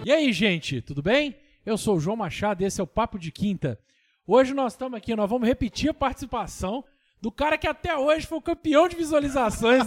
E aí, gente, tudo bem? Eu sou o João Machado e esse é o Papo de Quinta. Hoje nós estamos aqui, nós vamos repetir a participação do cara que até hoje foi o campeão de visualizações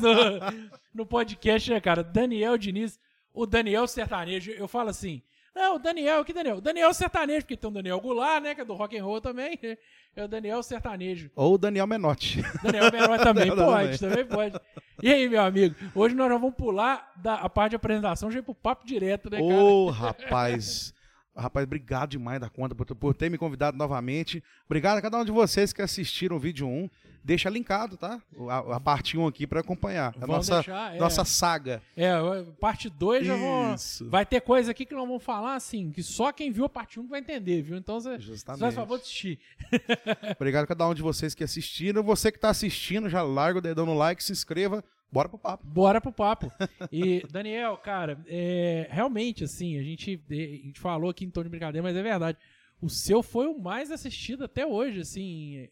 no podcast, né, cara? Daniel Diniz, o Daniel Sertanejo. Eu falo assim, não, o Daniel, que Daniel? O Daniel Sertanejo, porque tem o Daniel Goulart, né, que é do rock and roll também. É o Daniel Sertanejo. Ou o Daniel Menotti. Daniel Menotti também pode. E aí, meu amigo, hoje nós vamos pular a parte de apresentação, já ir pro papo direto, né, cara? Ô, rapaz... Rapaz, obrigado demais da conta por ter me convidado novamente. Obrigado a cada um de vocês que assistiram o vídeo 1. Deixa linkado, tá? A parte 1 aqui para acompanhar. A nossa saga. Parte 2 já vai ter coisa aqui que nós vamos falar, assim, que só quem viu a parte 1 vai entender, viu? Então você faz favor de assistir. Obrigado a cada um de vocês que assistiram. Você que tá assistindo, já larga o dedão no like, se inscreva. Bora pro papo. Bora pro papo. E, Daniel, cara, realmente, assim, a gente falou aqui em tom de brincadeira, mas é verdade. O seu foi o mais assistido até hoje, assim.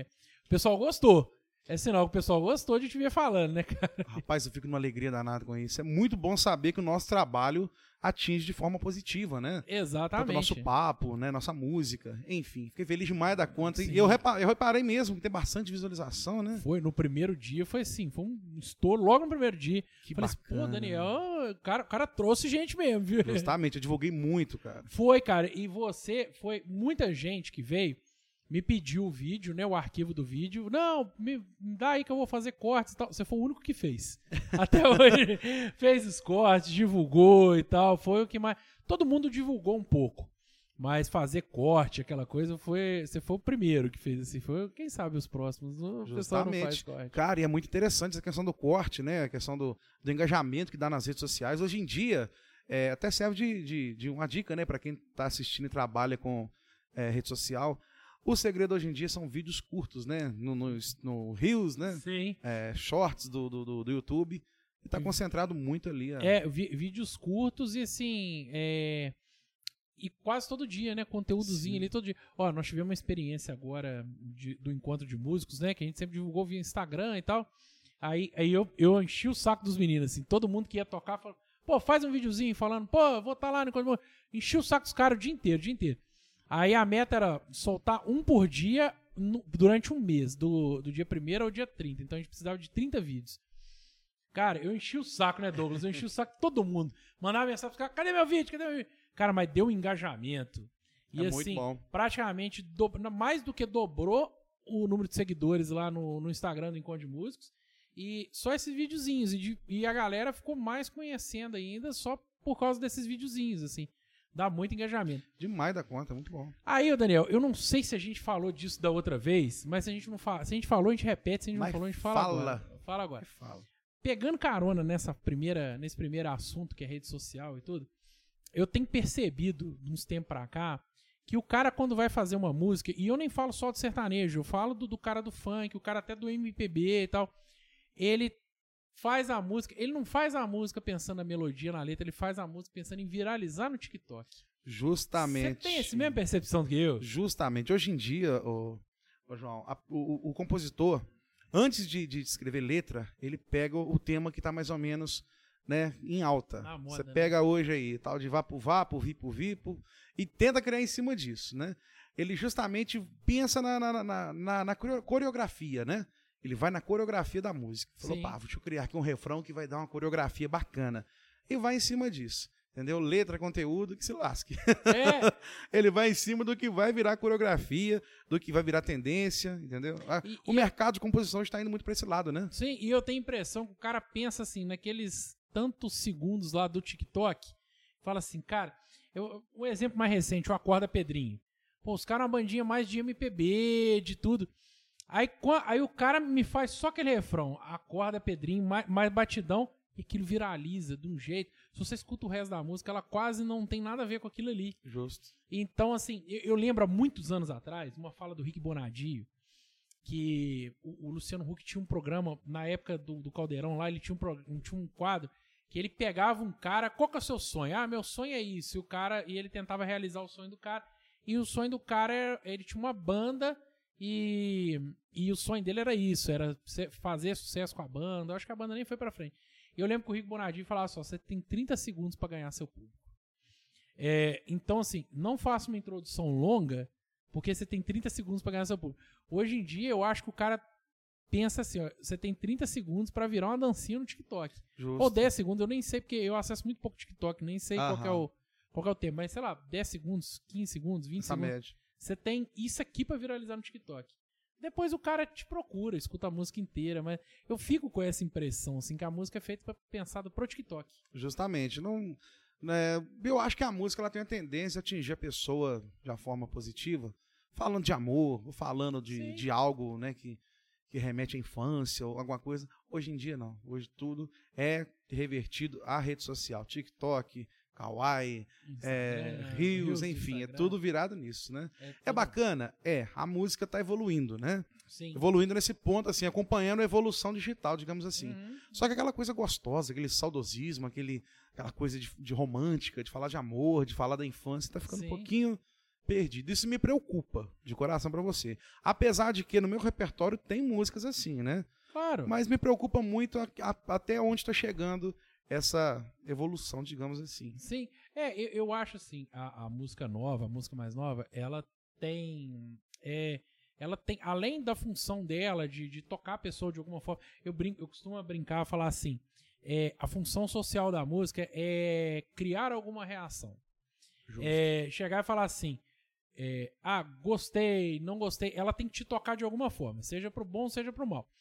O pessoal gostou. É sinal que o pessoal gostou de te ver falando, né, cara? Rapaz, eu fico numa alegria danada com isso. É muito bom saber que o nosso trabalho atinge de forma positiva, né? Exatamente. Tanto o nosso papo, né? Nossa música, enfim. Fiquei feliz demais da conta. Sim. E eu reparei mesmo que tem bastante visualização, né? Foi, no primeiro dia foi assim, foi um estouro logo no primeiro dia. Que falei bacana. Assim, pô, Daniel, o cara trouxe gente mesmo, viu? Justamente, eu divulguei muito, cara. Foi, cara, e foi muita gente que veio, me pediu o vídeo, né, o arquivo do vídeo. Não, me dá aí que eu vou fazer cortes e tal. Você foi o único que fez. Até hoje fez os cortes, divulgou e tal. Foi o que mais... Todo mundo divulgou um pouco. Mas fazer corte, aquela coisa, você foi o primeiro que fez. Assim, foi, quem sabe os próximos. O pessoal não faz corte. Cara, e é muito interessante essa questão do corte, né? A questão do engajamento que dá nas redes sociais. Hoje em dia, até serve de uma dica, né? Para quem está assistindo e trabalha com rede social. O segredo hoje em dia são vídeos curtos, né? No Reels, né? Sim. Shorts do YouTube. E tá concentrado muito ali. Vídeos curtos e assim... E quase todo dia, né? Conteúdozinho ali todo dia. Ó, nós tivemos uma experiência agora do encontro de músicos, né? Que a gente sempre divulgou via Instagram e tal. Aí eu enchi o saco dos meninos, assim. Todo mundo que ia tocar falou, pô, faz um videozinho falando, pô, eu vou estar lá no encontro. Enchi o saco dos caras o dia inteiro. Aí a meta era soltar um por dia durante um mês, do dia 1º ao dia 30. Então a gente precisava de 30 vídeos. Cara, eu enchi o saco, né, Douglas? Eu enchi o saco de todo mundo. Mandava mensagem pros caras, cadê meu vídeo? Cara, mas deu um engajamento. E assim, praticamente mais do que dobrou o número de seguidores lá no Instagram do Encontro de Músicos. E só esses videozinhos. E a galera ficou mais conhecendo ainda só por causa desses videozinhos, assim. Dá muito engajamento. Demais da conta, muito bom. Aí, Daniel, eu não sei se a gente falou disso da outra vez, mas se a gente não fala, se a gente falou, a gente repete, se a gente não falou, a gente fala agora. Fala agora. Pegando carona nesse primeiro assunto, que é rede social e tudo, eu tenho percebido, de uns tempos pra cá, que o cara, quando vai fazer uma música, e eu nem falo só do sertanejo, eu falo do cara do funk, o cara até do MPB e tal, ele faz a música, ele não faz a música pensando na melodia, na letra, ele faz a música pensando em viralizar no TikTok. Justamente. Você tem essa mesma percepção que eu? Justamente. Hoje em dia, João, o compositor, antes de escrever letra, ele pega o tema que está mais ou menos, né, em alta. Você pega hoje aí, tal de vapo, vipo, e tenta criar em cima disso, né? Ele justamente pensa na coreografia, né? Ele vai na coreografia da música. Falou, deixa eu criar aqui um refrão que vai dar uma coreografia bacana. E vai em cima disso. Entendeu? Letra, conteúdo, que se lasque. Ele vai em cima do que vai virar coreografia, do que vai virar tendência, entendeu? O mercado de composição está indo muito para esse lado, né? Sim, e eu tenho a impressão que o cara pensa assim, naqueles tantos segundos lá do TikTok, fala assim, cara, um exemplo mais recente, o Acorda Pedrinho. Pô, os caras uma bandinha mais de MPB, de tudo. Aí o cara me faz só aquele refrão, Acorda Pedrinho, mais batidão, e aquilo viraliza de um jeito. Se você escuta o resto da música, ela quase não tem nada a ver com aquilo ali. Justo. Então, assim, eu lembro há muitos anos atrás, uma fala do Rick Bonadio, que o Luciano Huck tinha um programa, na época do Caldeirão lá, ele tinha um quadro, que ele pegava um cara, qual que é o seu sonho? Ah, meu sonho é isso. E ele tentava realizar o sonho do cara. E o sonho do cara, ele tinha uma banda... E o sonho dele era isso, era fazer sucesso com a banda. Eu acho que a banda nem foi pra frente. E eu lembro que o Rick Bonadio falava só, você tem 30 segundos pra ganhar seu público. Então, assim, não faça uma introdução longa, porque você tem 30 segundos pra ganhar seu público. Hoje em dia, eu acho que o cara pensa assim, ó, você tem 30 segundos pra virar uma dancinha no TikTok. Justo. Ou 10 segundos, eu nem sei, porque eu acesso muito pouco TikTok, nem sei qual que é o tempo. Mas, sei lá, 10 segundos, 15 segundos, 20 segundos. Média. Você tem isso aqui pra viralizar no TikTok. Depois o cara te procura, escuta a música inteira, mas eu fico com essa impressão, assim, que a música é feita pensada pro TikTok. Justamente. Não, eu acho que a música ela tem a tendência a atingir a pessoa de uma forma positiva, falando de amor, falando de algo, né, que remete à infância ou alguma coisa. Hoje em dia, não. Hoje tudo é revertido à rede social. TikTok, Kawaii, Reels, enfim, Instagram. É tudo virado nisso, né? É bacana? A música tá evoluindo, né? Sim. Evoluindo nesse ponto, assim, acompanhando a evolução digital, digamos assim. Só que aquela coisa gostosa, aquele saudosismo, aquela coisa de romântica, de falar de amor, de falar da infância, tá ficando um pouquinho perdido. Isso me preocupa, de coração pra você. Apesar de que no meu repertório tem músicas assim, né? Claro. Mas me preocupa muito até onde tá chegando essa evolução, digamos assim. Sim, eu acho assim, a música nova, a música mais nova, ela tem, além da função dela de tocar a pessoa de alguma forma, eu costumo brincar, falar assim, a função social da música é criar alguma reação. Chegar e falar assim, gostei, não gostei, ela tem que te tocar de alguma forma, seja pro bom, seja pro mal.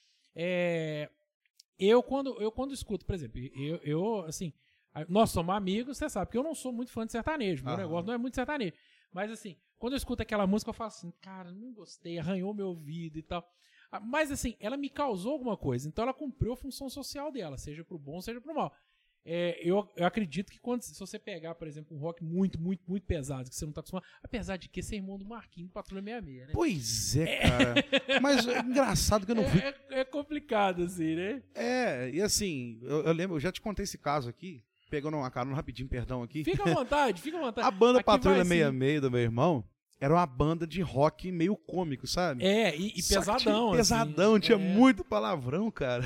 Eu quando escuto, por exemplo, eu assim, nós somos amigos, você sabe que eu não sou muito fã de sertanejo, meu negócio não é muito sertanejo, mas assim, quando eu escuto aquela música eu falo assim, cara, não gostei, arranhou meu ouvido e tal, mas assim, ela me causou alguma coisa, então ela cumpriu a função social dela, seja pro bom, seja pro mal. Eu acredito que se você pegar, por exemplo, um rock muito, muito, muito pesado, que você não tá acostumado, apesar de que ser irmão do Marquinhos, Patrulha 66, né? Pois cara. Mas é engraçado que eu não vi. É complicado, assim, né? E assim, eu lembro, eu já te contei esse caso aqui, pegando uma carona rapidinho, perdão aqui. Fica à vontade. A banda aqui Patrulha 66 do meu irmão era uma banda de rock meio cômico, sabe? E pesadão. Pesadão, assim, tinha muito palavrão, cara.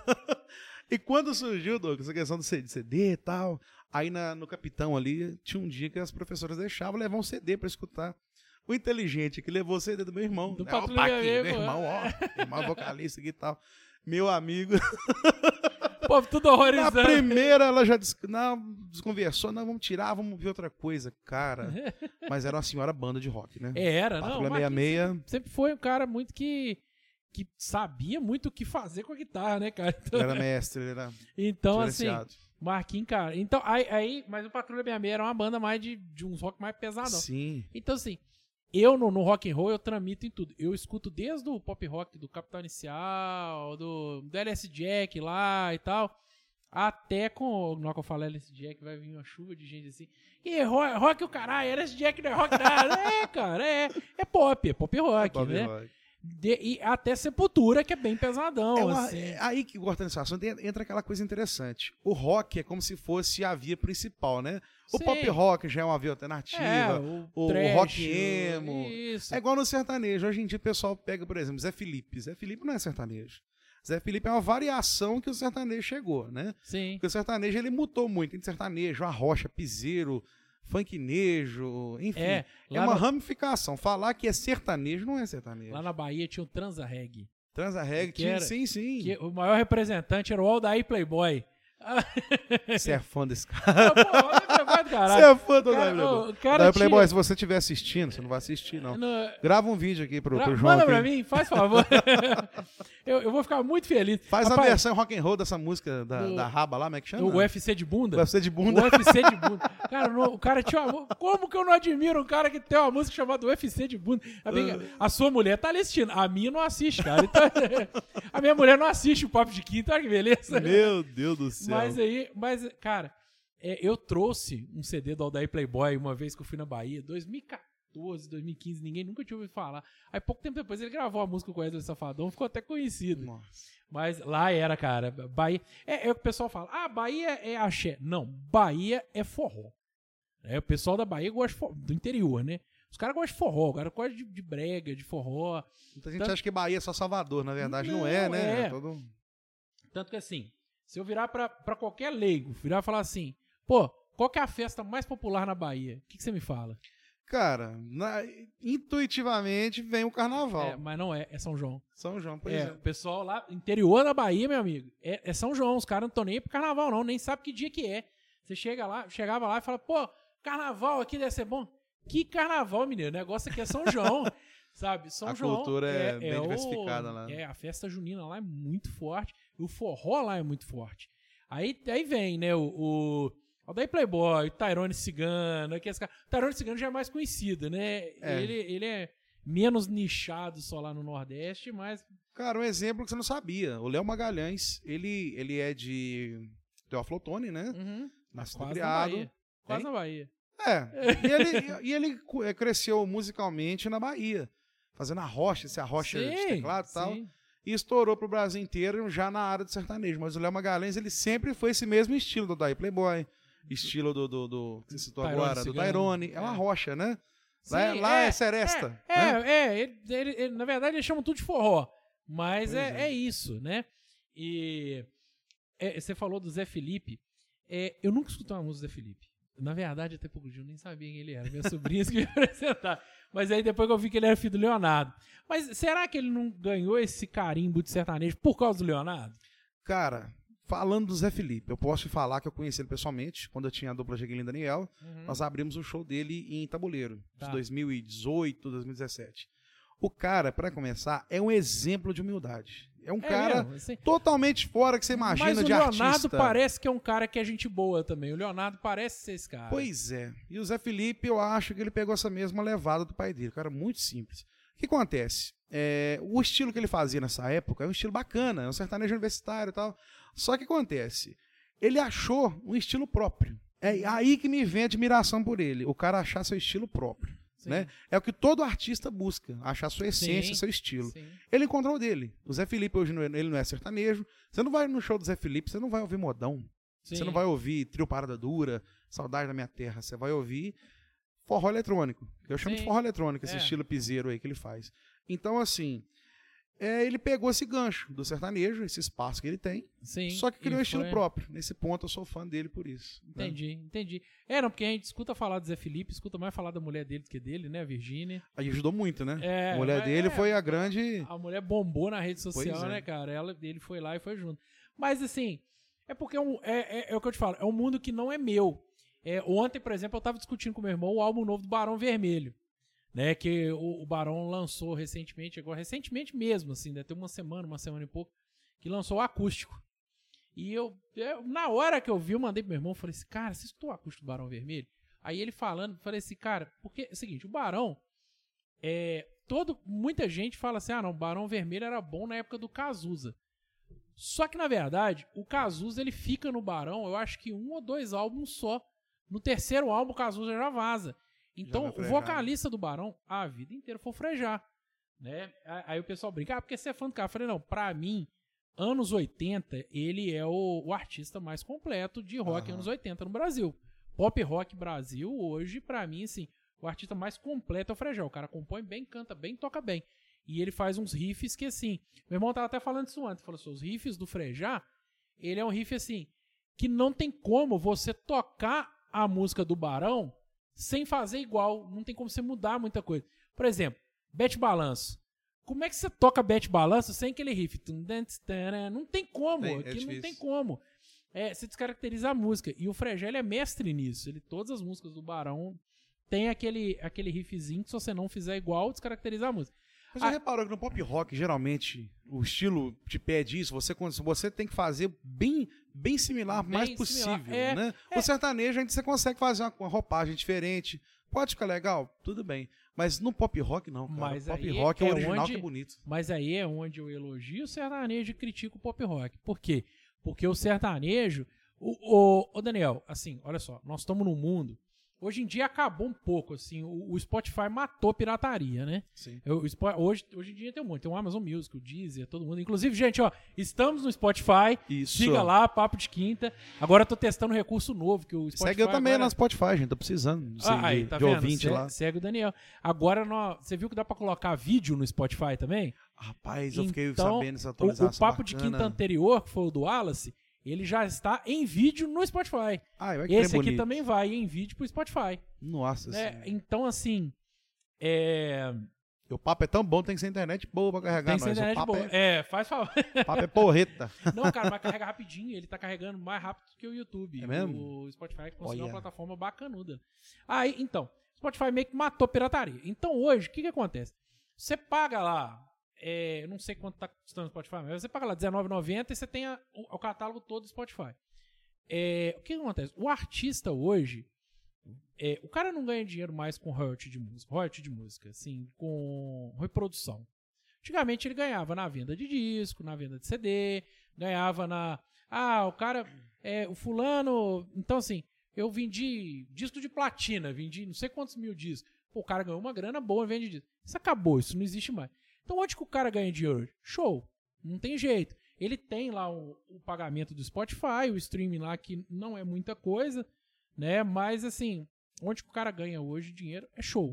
E quando surgiu, Douglas, essa questão do CD e tal, aí no Capitão ali, tinha um dia que as professoras deixavam levar um CD pra escutar. O inteligente que levou o CD do meu irmão. Do Paquinho, meu irmão, irmão vocalista aqui e tal. Meu amigo. Pô, tudo horrorizado. Na primeira ela já desconversou, não, vamos tirar, vamos ver outra coisa. Cara, mas era uma senhora banda de rock, né? Era, Patrulha não. 66. Sempre foi um cara muito que sabia muito o que fazer com a guitarra, né, cara? Então, ele era mestre, ele era então, assim, Marquinhos, cara. Então, mas o Patrulha 66 era uma banda mais de uns rock mais pesadão. Sim. Então, assim, eu no rock and roll, eu tramito em tudo. Eu escuto desde o pop rock do Capital Inicial, do LS Jack lá e tal, até na hora que eu falo LS Jack, vai vir uma chuva de gente assim. E rock o caralho, LS Jack não é rock nada. Cara, é pop rock, né? Rock. E até Sepultura, que é bem pesadão. Assim. Aí que, cortando esse assunto, entra aquela coisa interessante. O rock é como se fosse a via principal, né? O pop rock já é uma via alternativa, o trash, rock emo. Isso. É igual no sertanejo. Hoje em dia o pessoal pega, por exemplo, Zé Felipe. Zé Felipe não é sertanejo. Zé Felipe é uma variação que o sertanejo chegou, né? Sim. Porque o sertanejo ele mutou muito. Tem sertanejo, arrocha, piseiro, funknejo, enfim. É uma ramificação. Falar que é sertanejo não é sertanejo. Lá na Bahia tinha o Transa Reggae. Transa Reggae, tinha, sim. Que o maior representante era o Aldair Playboy. Você é fã desse cara? Você é fã do Aldair Playboy. Se você estiver assistindo, você não vai assistir, não. Grava um vídeo aqui pro João. Manda pra mim, faz favor. Eu vou ficar muito feliz. Faz a versão rock and roll dessa música da Raba lá, como é que chama? O UFC de bunda? O UFC de bunda. O UFC de bunda. Cara, o cara tinha uma... Como que eu não admiro um cara que tem uma música chamada UFC de bunda? A sua mulher tá ali assistindo. A minha não assiste, cara. Então, a minha mulher não assiste o Papo de Quinta. Olha que beleza. Meu Deus do céu. Mas cara, eu trouxe um CD do Aldair Playboy uma vez que eu fui na Bahia, 2014, 2015, ninguém nunca tinha ouvido falar. Aí pouco tempo depois ele gravou a música com o Wesley Safadão, ficou até conhecido. Nossa. Mas lá era, cara, Bahia... É o que o pessoal fala, Bahia é axé. Não, Bahia é forró. O pessoal da Bahia gosta do interior, né? Os caras gostam de forró, o cara gosta de brega, de forró. Muita gente acha que Bahia é só Salvador, na verdade não é, né? Tanto que assim, se eu virar pra qualquer leigo, virar e falar assim, pô, qual que é a festa mais popular na Bahia? O que você me fala? Cara, intuitivamente vem o carnaval. Mas não é São João. São João, pois é. O pessoal lá, interior da Bahia, meu amigo, é São João. Os caras não estão nem pro carnaval, não, nem sabe que dia que é. Você chegava lá e fala, pô, carnaval aqui deve ser bom. Que carnaval, menino? O negócio aqui é São João, sabe? São João. A cultura é bem diversificada lá. A festa junina lá é muito forte. E o forró lá é muito forte. Aí vem, né, o daí Playboy, o Tyrone Cigano, o Tyrone Cigano já é mais conhecido, né? Ele é menos nichado só lá no Nordeste, mas... Cara, um exemplo que você não sabia. O Léo Magalhães, ele é de Teófilo Otoni, né? Uhum. Nascido e criado. Quase na Bahia. E ele cresceu musicalmente na Bahia, fazendo a rocha de teclado e tal. E estourou pro Brasil inteiro já na área do sertanejo. Mas o Léo Magalhães, ele sempre foi esse mesmo estilo do Daí Playboy, estilo do que você citou agora, do Tyrone. É uma rocha, né? Lá é seresta. Ele, na verdade, eles chamam tudo de forró. Mas é isso, né? E você falou do Zé Felipe. Eu nunca escutei uma música do Zé Felipe. Na verdade, até pouco dia eu nem sabia quem ele era. Minha sobrinha que me apresentar. Mas aí depois que eu vi que ele era filho do Leonardo. Mas será que ele não ganhou esse carimbo de sertanejo por causa do Leonardo? Cara, falando do Zé Felipe, eu posso te falar que eu conheci ele pessoalmente, quando eu tinha a dupla Jeguilin e Daniel. Nós abrimos um show dele em Tabuleiro, de 2018, 2017. O cara, pra começar, é um exemplo de humildade. É um cara totalmente fora que você imagina de artista. Mas o Leonardo parece que é um cara que é gente boa também. O Leonardo parece ser esse cara. Pois é. E o Zé Felipe, eu acho que ele pegou essa mesma levada do pai dele. Cara, muito simples. O que acontece? O estilo que ele fazia nessa época é um estilo bacana. É um sertanejo universitário e tal. Só que acontece? Ele achou um estilo próprio. É aí que me vem a admiração por ele. O cara achar seu estilo próprio. Né? É o que todo artista busca, achar sua essência, seu estilo. Ele encontrou o dele. O Zé Felipe hoje ele não é sertanejo. Você não vai no show do Zé Felipe, você não vai ouvir modão. Você não vai ouvir trio Parada Dura, Saudade da Minha Terra. Você vai ouvir forró eletrônico. Eu chamo de forró eletrônico, esse estilo piseiro aí que ele faz. Então, assim, ele pegou esse gancho do sertanejo, esse espaço que ele tem, só que criou um estilo próprio. Nesse ponto, eu sou fã dele por isso. Entendi. Não, porque a gente escuta falar do Zé Felipe, escuta mais falar da mulher dele do que dele, né, a Virgínia. Aí ajudou muito, né? A mulher dele foi a grande... A mulher bombou na rede social, né, cara? Ele foi lá e foi junto. Mas, assim, é porque é o que eu te falo, é um mundo que não é meu. Ontem, por exemplo, eu tava discutindo com meu irmão o álbum novo do Barão Vermelho. Né, que o Barão lançou recentemente mesmo, assim, deve ter uma semana e pouco, que lançou o acústico. E eu na hora que eu vi, eu mandei pro meu irmão, falei assim, cara, você escutou o acústico do Barão Vermelho? Aí ele falando, falei assim, cara, porque é o seguinte, o Barão, muita gente fala assim, não, o Barão Vermelho era bom na época do Cazuza. Só que, na verdade, o Cazuza, ele fica no Barão, eu acho que 1 ou 2 álbuns só. No terceiro álbum, o Cazuza já vaza. Então, o vocalista do Barão, a vida inteira foi frejar, né? Aí o pessoal brinca, porque você é fã do cara. Eu falei, não, pra mim, anos 80, ele é o artista mais completo de rock anos 80 no Brasil. Pop Rock Brasil, hoje, pra mim, assim, o artista mais completo é o Frejá. O cara compõe bem, canta bem, toca bem. E ele faz uns riffs que, assim, meu irmão tava até falando isso antes, falou assim, os riffs do Frejá, ele é um riff, assim, que não tem como você tocar a música do Barão sem fazer igual, não tem como você mudar muita coisa. Por exemplo, Bete Balanço. Como é que você toca Bete Balanço sem aquele riff? Não tem como, aquilo não tem como. Você descaracteriza a música. E o Frejá, ele é mestre nisso. Todas as músicas do Barão tem aquele riffzinho que se você não fizer igual, descaracteriza a música. Mas você reparou que no pop rock, geralmente, o estilo te pede isso, você tem que fazer bem similar, mais possível, né? O sertanejo, você consegue fazer uma roupagem diferente, pode ficar legal, tudo bem. Mas no pop rock, não, cara. Mas pop rock é original que é bonito. Mas aí é onde eu elogio o sertanejo e critico o pop rock. Por quê? Porque o sertanejo... Ô Daniel, assim, olha só, nós estamos num mundo... Hoje em dia acabou um pouco, assim, o Spotify matou a pirataria, né? Sim. Hoje em dia tem um monte, tem o Amazon Music, o Deezer, todo mundo. Inclusive, gente, ó, estamos no Spotify, siga lá, Papo de Quinta. Agora eu tô testando um recurso novo, que o Spotify... Segue eu também no Spotify, gente, tô precisando tá de ouvinte lá. Segue o Daniel. Agora, você viu que dá pra colocar vídeo no Spotify também? Rapaz, eu fiquei sabendo essa atualização o Papo de Quinta anterior, que foi o do Wallace, ele já está em vídeo no Spotify. Esse aqui também vai em vídeo pro Spotify. Nossa Senhora. Então, assim... O papo é tão bom, tem que ser internet boa pra carregar nós. Tem que ser internet boa. Faz favor. O papo é porreta. Não, cara, vai carregar rapidinho. Ele tá carregando mais rápido que o YouTube. É mesmo? O Spotify conseguiu uma plataforma bacanuda. Aí, então, o Spotify meio que matou a pirataria. Então, hoje, o que acontece? Você paga lá, eu não sei quanto tá custando o Spotify, mas você paga lá R$19,90 e você tem o catálogo todo do Spotify. O que acontece? O artista hoje... o cara não ganha dinheiro mais com royalty de música, assim, com reprodução. Antigamente ele ganhava na venda de disco, na venda de CD, ganhava o cara, o fulano... Então, assim, eu vendi disco de platina, vendi não sei quantos mil discos. Pô, o cara ganhou uma grana boa e vende disco. Isso acabou, isso não existe mais. Então, onde que o cara ganha dinheiro hoje? Show, não tem jeito. Ele tem lá o pagamento do Spotify, o streaming lá, que não é muita coisa, né? Mas, assim... Onde que o cara ganha hoje dinheiro é show.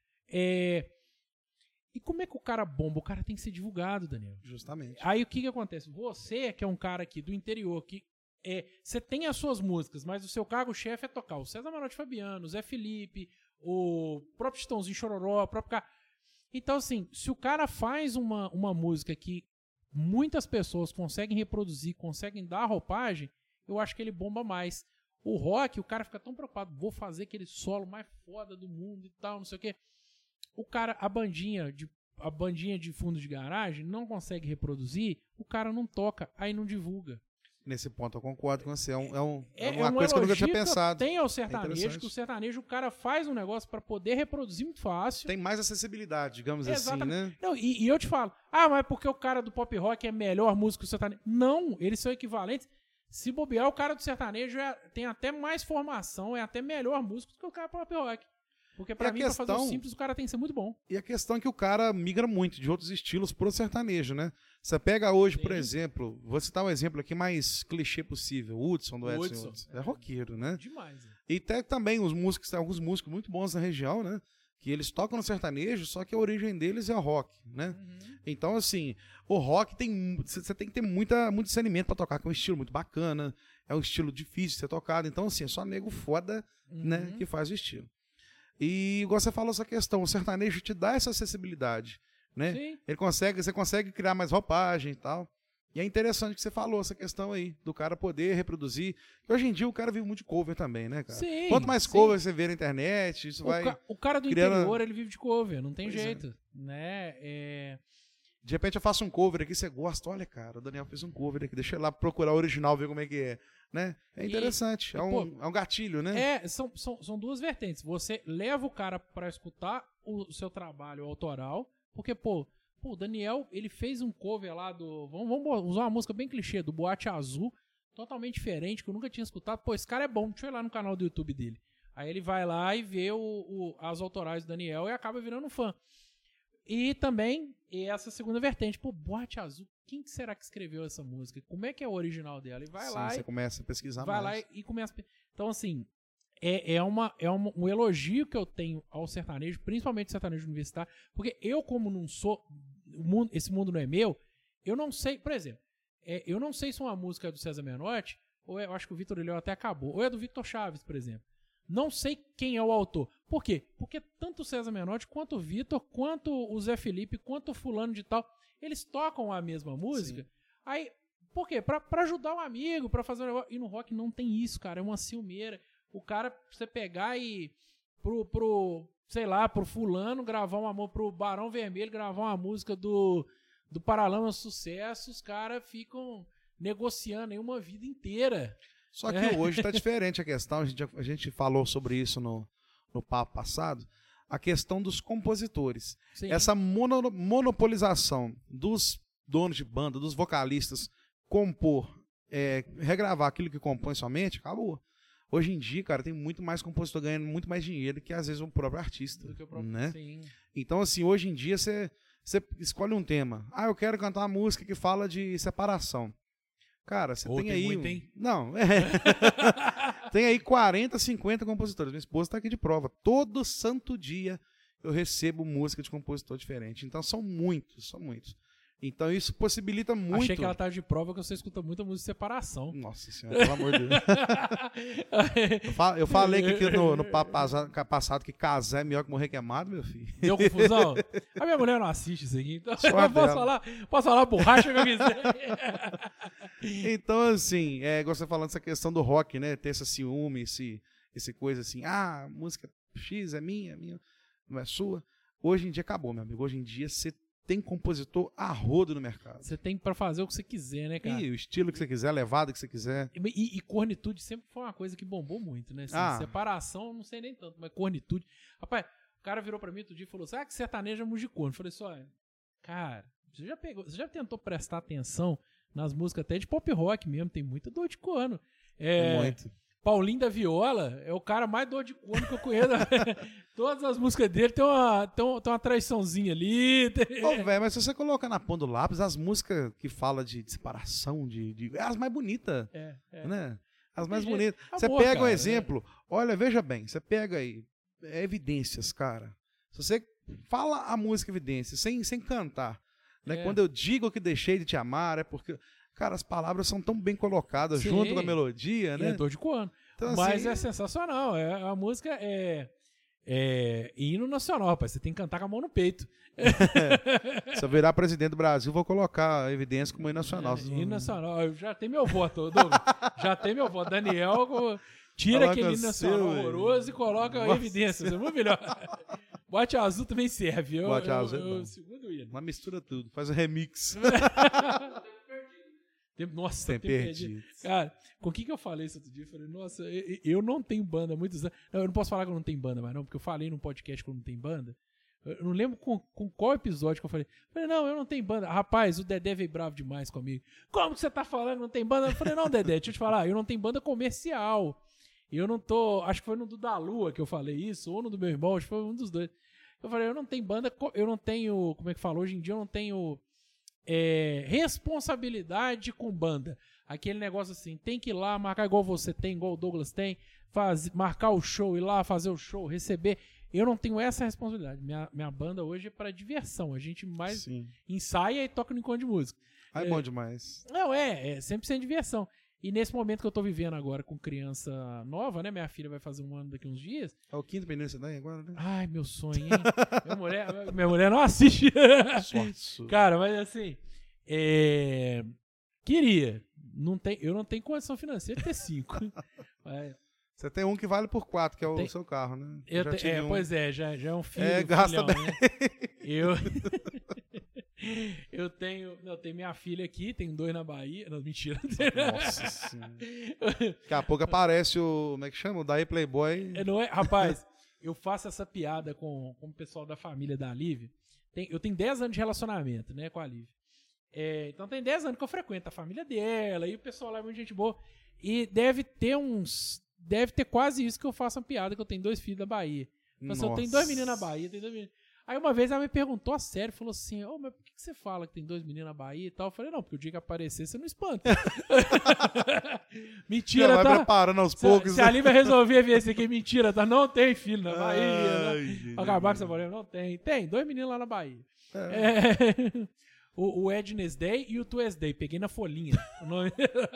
E como é que o cara bomba? O cara tem que ser divulgado, Daniel. Justamente. Aí o que acontece? Você, que é um cara aqui do interior, que você tem as suas músicas, mas o seu cargo-chefe é tocar o César Menotti Fabiano, o Zé Felipe, o próprio Chitãozinho Chororó, o próprio cara. Então, assim, se o cara faz uma música que muitas pessoas conseguem reproduzir, conseguem dar roupagem, eu acho que ele bomba mais. O rock, o cara fica tão preocupado, vou fazer aquele solo mais foda do mundo e tal, não sei o quê. O cara, a bandinha de fundo de garagem não consegue reproduzir, o cara não toca, aí não divulga. Nesse ponto eu concordo com você. É uma coisa que eu nunca tinha pensado. Tem ao sertanejo, que o sertanejo, o cara faz um negócio pra poder reproduzir muito fácil. Tem mais acessibilidade, digamos assim, né? Não, e eu te falo, mas porque o cara do pop rock é melhor músico que o sertanejo? Não, eles são equivalentes. Se bobear, o cara do sertanejo tem até mais formação, é até melhor músico do que o cara do pop rock. Porque pra mim, pra fazer o simples, o cara tem que ser muito bom. E a questão é que o cara migra muito de outros estilos pro sertanejo, né? Você pega hoje, por exemplo, vou citar um exemplo aqui mais clichê possível, o Hudson do Edson Hudson. É roqueiro, né? Demais. E tem também alguns músicos muito bons na região, né? Que eles tocam no sertanejo, só que a origem deles é rock, né? Então, assim, o rock você tem que ter muito discernimento pra tocar, que é um estilo muito bacana, é um estilo difícil de ser tocado. Então, assim, é só nego foda, né, que faz o estilo. E, igual você falou essa questão, o sertanejo te dá essa acessibilidade, né? Sim. Você consegue criar mais roupagem e tal. E é interessante que você falou essa questão aí, do cara poder reproduzir. Hoje em dia o cara vive muito de cover também, né, cara? Sim, quanto mais cover você vê na internet, isso vai... O cara do interior, ele vive de cover, não tem jeito, né? De repente eu faço um cover aqui, você gosta, olha, cara, o Daniel fez um cover aqui, deixa eu ir lá procurar o original, ver como é que é, né? É interessante, é um gatilho, né? São duas vertentes. Você leva o cara pra escutar o seu trabalho autoral, porque, o Daniel, ele fez um cover lá vamos usar uma música bem clichê, do Boate Azul, totalmente diferente, que eu nunca tinha escutado. Esse cara é bom, deixa eu ir lá no canal do YouTube dele. Aí ele vai lá e vê as autorais do Daniel e acaba virando um fã. E também essa segunda vertente, Boate Azul, quem será que escreveu essa música? Como é que é o original dela? E vai lá você começa a pesquisar vai mais. Lá e começa a... Então, assim, um elogio que eu tenho ao sertanejo, principalmente sertanejo universitário, porque eu, como não sou, esse mundo não é meu, eu não sei, por exemplo, eu não sei se uma música é do César Menotti, ou eu acho que o Vitor Ilhéu até acabou, ou é do Victor Chaves, por exemplo. Não sei quem é o autor. Por quê? Porque tanto o César Menotti, quanto o Vitor, quanto o Zé Felipe, quanto o fulano de tal, eles tocam a mesma música. Sim. Aí, por quê? Pra ajudar o amigo, pra fazer um negócio. E no rock não tem isso, cara. É uma ciumeira. O cara, você pegar e pro fulano gravar uma música, pro Barão Vermelho gravar uma música do Paralamas Sucesso, os caras ficam negociando aí uma vida inteira. Só que hoje tá diferente a questão, a gente falou sobre isso no papo passado, a questão dos compositores. Sim. Essa monopolização dos donos de banda, dos vocalistas, regravar aquilo que compõe somente, acabou. Hoje em dia, cara, tem muito mais compositor ganhando muito mais dinheiro que às vezes o próprio artista. Do que o próprio, né? Sim. Então, assim, hoje em dia você escolhe um tema. Eu quero cantar uma música que fala de separação. Cara, você tem aí... Muito, hein? Não, tem aí 40, 50 compositores. Minha esposa tá aqui de prova. Todo santo dia eu recebo música de compositor diferente. Então são muitos. Então isso possibilita muito. Achei que ela tava de prova que você escuta muita música de separação. Nossa senhora, pelo amor de Deus. Eu falei aqui no papo passado que casar é melhor que morrer queimado, meu filho. Deu confusão? A minha mulher não assiste isso aqui, então eu posso falar borracha que eu quiser. Então, assim, igual você falando essa questão do rock, né? Ter esse ciúme, esse coisa assim, música X é minha, não é sua. Hoje em dia acabou, meu amigo. Hoje em dia você tem compositor a rodo no mercado. Você tem pra fazer o que você quiser, né, cara? E o estilo que você quiser, a levada que você quiser. E cornitude sempre foi uma coisa que bombou muito, né? Assim, separação, não sei nem tanto, mas cornitude. Rapaz, o cara virou pra mim outro dia e falou assim, que sertanejo é música de corno. Eu falei assim, cara, você já tentou prestar atenção nas músicas até de pop rock mesmo? Tem muita dor de corno. Muito. Paulinho da Viola é o cara mais dor de corno que eu conheço. Todas as músicas dele tem uma traiçãozinha ali. Velho, mas se você coloca na ponta do lápis, as músicas que falam de separação, é as mais bonitas. Né? As mais bonitas. Você pega um exemplo, olha, veja bem, você pega aí, Evidências, cara. Se você fala a música Evidências sem cantar, né? Quando eu digo que deixei de te amar, é porque... Cara, as palavras são tão bem colocadas junto com a melodia, né? É dor de corno. Então, mas assim, é sensacional. A música é hino nacional, rapaz. Você tem que cantar com a mão no peito. Se eu virar presidente do Brasil, vou colocar a Evidência como hino nacional. Hino nacional. Eu já tem meu voto, Douglas. Já tem meu voto. Daniel, tira coloca aquele hino nacional horroroso e coloca a Evidência. É muito melhor. Boate Azul também serve. Boate Azul é segundo hino. Uma mistura tudo. Faz um remix. Nossa, tem perdido. Cara, com quem que eu falei isso outro dia? Eu falei, nossa, eu não tenho banda há muitos anos. Não, eu não posso falar que eu não tenho banda mais não, porque eu falei num podcast que eu não tenho banda. Eu não lembro com qual episódio que eu falei. Não, eu não tenho banda. Rapaz, o Dedé veio bravo demais comigo. Como que você tá falando que não tem banda? Eu falei, não, Dedé, deixa eu te falar, eu não tenho banda comercial. Eu não tô... Acho que foi no do da Lua que eu falei isso, ou no do meu irmão, acho que foi um dos dois. Eu falei, eu não tenho banda, eu não tenho... Como é que fala? Hoje em dia eu não tenho... responsabilidade com banda. Aquele negócio assim, tem que ir lá, marcar igual você tem, igual o Douglas tem, marcar o show, ir lá fazer o show, receber. Eu não tenho essa responsabilidade. Minha banda hoje é para diversão. A gente mais ensaia e toca no encontro de música. É bom demais. Não, é 100% diversão. E nesse momento que eu tô vivendo agora com criança nova, né? Minha filha vai fazer 1 ano daqui uns dias. É o 5º menino que você dá agora, né? Ai, meu sonho, hein? minha mulher não assiste. Cara, mas assim, queria. Eu não tenho condição financeira de ter 5. Você tem um que vale por 4, que é o seu carro, né? Pois é, já é um filho. Gasta bem. Né? Eu tenho minha filha aqui, tenho 2 na Bahia. Não, mentira. Nossa senhora. Daqui a pouco aparece o... Como é que chama? O Daí Playboy. Não é? Rapaz, eu faço essa piada com o pessoal da família da Lívia. Eu tenho 10 anos de relacionamento, né, com a Lívia. Então tem 10 anos que eu frequento a família dela, e o pessoal lá é muito gente boa. E deve ter quase isso que eu faço uma piada, que eu tenho 2 filhos da Bahia. Então, eu tenho 2 meninos na Bahia, tenho 2 meninos. Aí uma vez ela me perguntou a sério, falou assim, mas por que você fala que tem 2 meninos na Bahia e tal? Eu falei, não, porque o dia que aparecer você não espanta. Mentira, vai tá? preparando aos poucos. Se a Lívia resolver ver esse aqui, mentira, tá? Não tem filho na Bahia. Né? Acabar com essa mulher, não tem. Tem 2 meninos lá na Bahia. O Wednesday e o Tuesday, peguei na folhinha. O nome...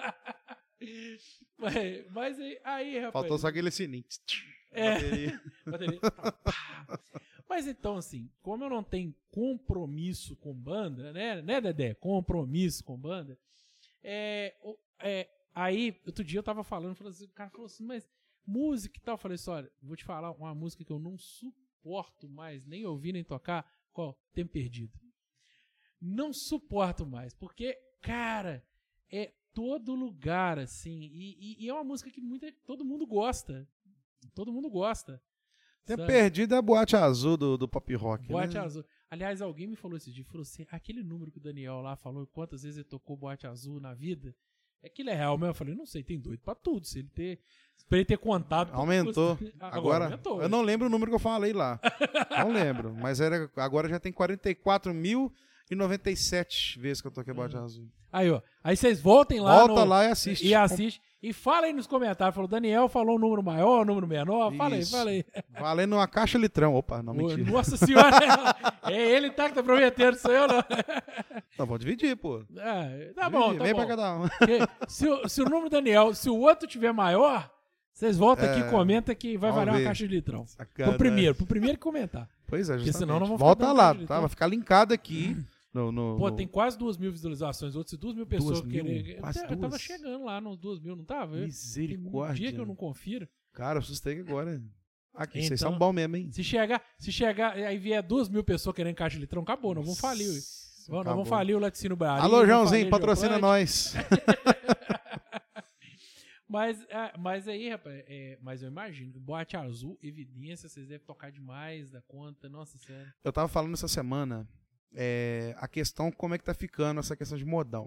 mas aí, rapaz... Faltou só aquele sininho. Bateria. Mas então, assim, como eu não tenho compromisso com banda, né, Dedé? Compromisso com banda. Aí, outro dia eu tava falando, o cara falou assim, mas música e tal. Eu falei assim, olha, vou te falar uma música que eu não suporto mais, nem ouvir, nem tocar. Qual? Tempo Perdido. Não suporto mais, porque, cara, é todo lugar, assim, e é uma música que todo mundo gosta. Todo mundo gosta. Tempo Perdido é a Boate Azul do pop rock. Boate né? Azul. Aliás, alguém me falou esse dia, falou assim, aquele número que o Daniel lá falou, quantas vezes ele tocou Boate Azul na vida, aquilo é real mesmo? Eu falei, não sei, tem doido pra tudo. Pra ele ter contado... Aumentou. Agora aumentou. Eu não lembro o número que eu falei lá. Não lembro. Mas agora já tem 44.097 vezes que eu toquei Boate Azul. Aí, ó. Aí vocês voltem lá. Volta lá e assiste. E fala aí nos comentários. Falou, Daniel falou um número maior, um número menor. Fala aí. Valendo uma caixa litrão. Opa, não, mentira. Nossa senhora. É ele que tá prometendo, sou eu não. Tá bom, dividir, pô. Tá bom, tá Vem bom. pra cada um. Se o número Daniel, se o outro tiver maior, vocês voltam aqui e comentam que vai valer uma caixa de litrão. Pro primeiro que comentar. Pois é, justamente. Porque senão não vão volta lá, tá? Vai ficar linkado aqui. Pô, tem quase 2.000 visualizações. Outros 2.000 pessoas querem. Eu tava chegando lá nos 2.000, não tava? Misericórdia. Tem um dia que eu não confiro. Cara, eu assustei agora. Aqui, então, vocês são bons mesmo, hein? Se chegar, aí vier 2.000 pessoas querendo caixa de litrão, acabou, não vamos falir. Não vamos falir o Laticínio Bahia. Alô, Joãozinho, patrocina nós. Mas aí, rapaz, mas eu imagino, Boate Azul, Evidência, vocês devem tocar demais da conta, nossa, sério. Eu tava falando essa semana, a questão, como é que tá ficando essa questão de modão.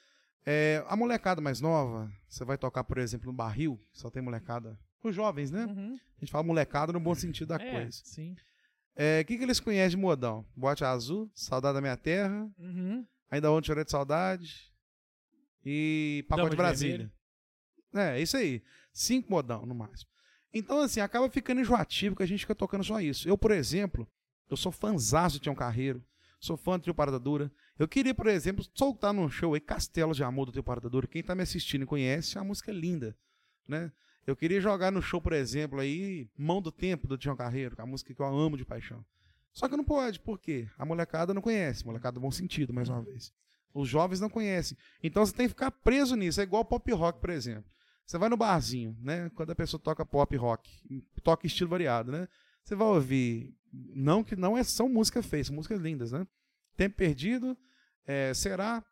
A molecada mais nova, você vai tocar, por exemplo, no Barril, só tem molecada, os jovens, né? Uhum. A gente fala molecada no bom sentido da coisa. Sim. O que eles conhecem de modão? Boate Azul, Saudade da Minha Terra, Ainda Ontem Chorei de Saudade e Pacote de Brasília. É isso aí. 5 modão, no máximo. Então, assim, acaba ficando enjoativo que a gente fica tocando só isso. Eu, por exemplo, eu sou fãzaço de Tião Carreiro, sou fã do Trio Parada Dura. Eu queria, por exemplo, soltar num show aí Castelo de Amor do Trio Parada Dura. Quem tá me assistindo e conhece, a música é linda, né? Eu queria jogar no show, por exemplo, aí Mão do Tempo do Tião Carreiro, que é a música que eu amo de paixão. Só que não pode, por quê? A molecada não conhece, molecada do bom sentido, mais uma vez. Os jovens não conhecem. Então você tem que ficar preso nisso. É igual pop rock, por exemplo. Você vai no barzinho, né? Quando a pessoa toca pop rock, toca estilo variado, né? Você vai ouvir, não que não são músicas feias, são músicas lindas, né? Tempo Perdido, Será,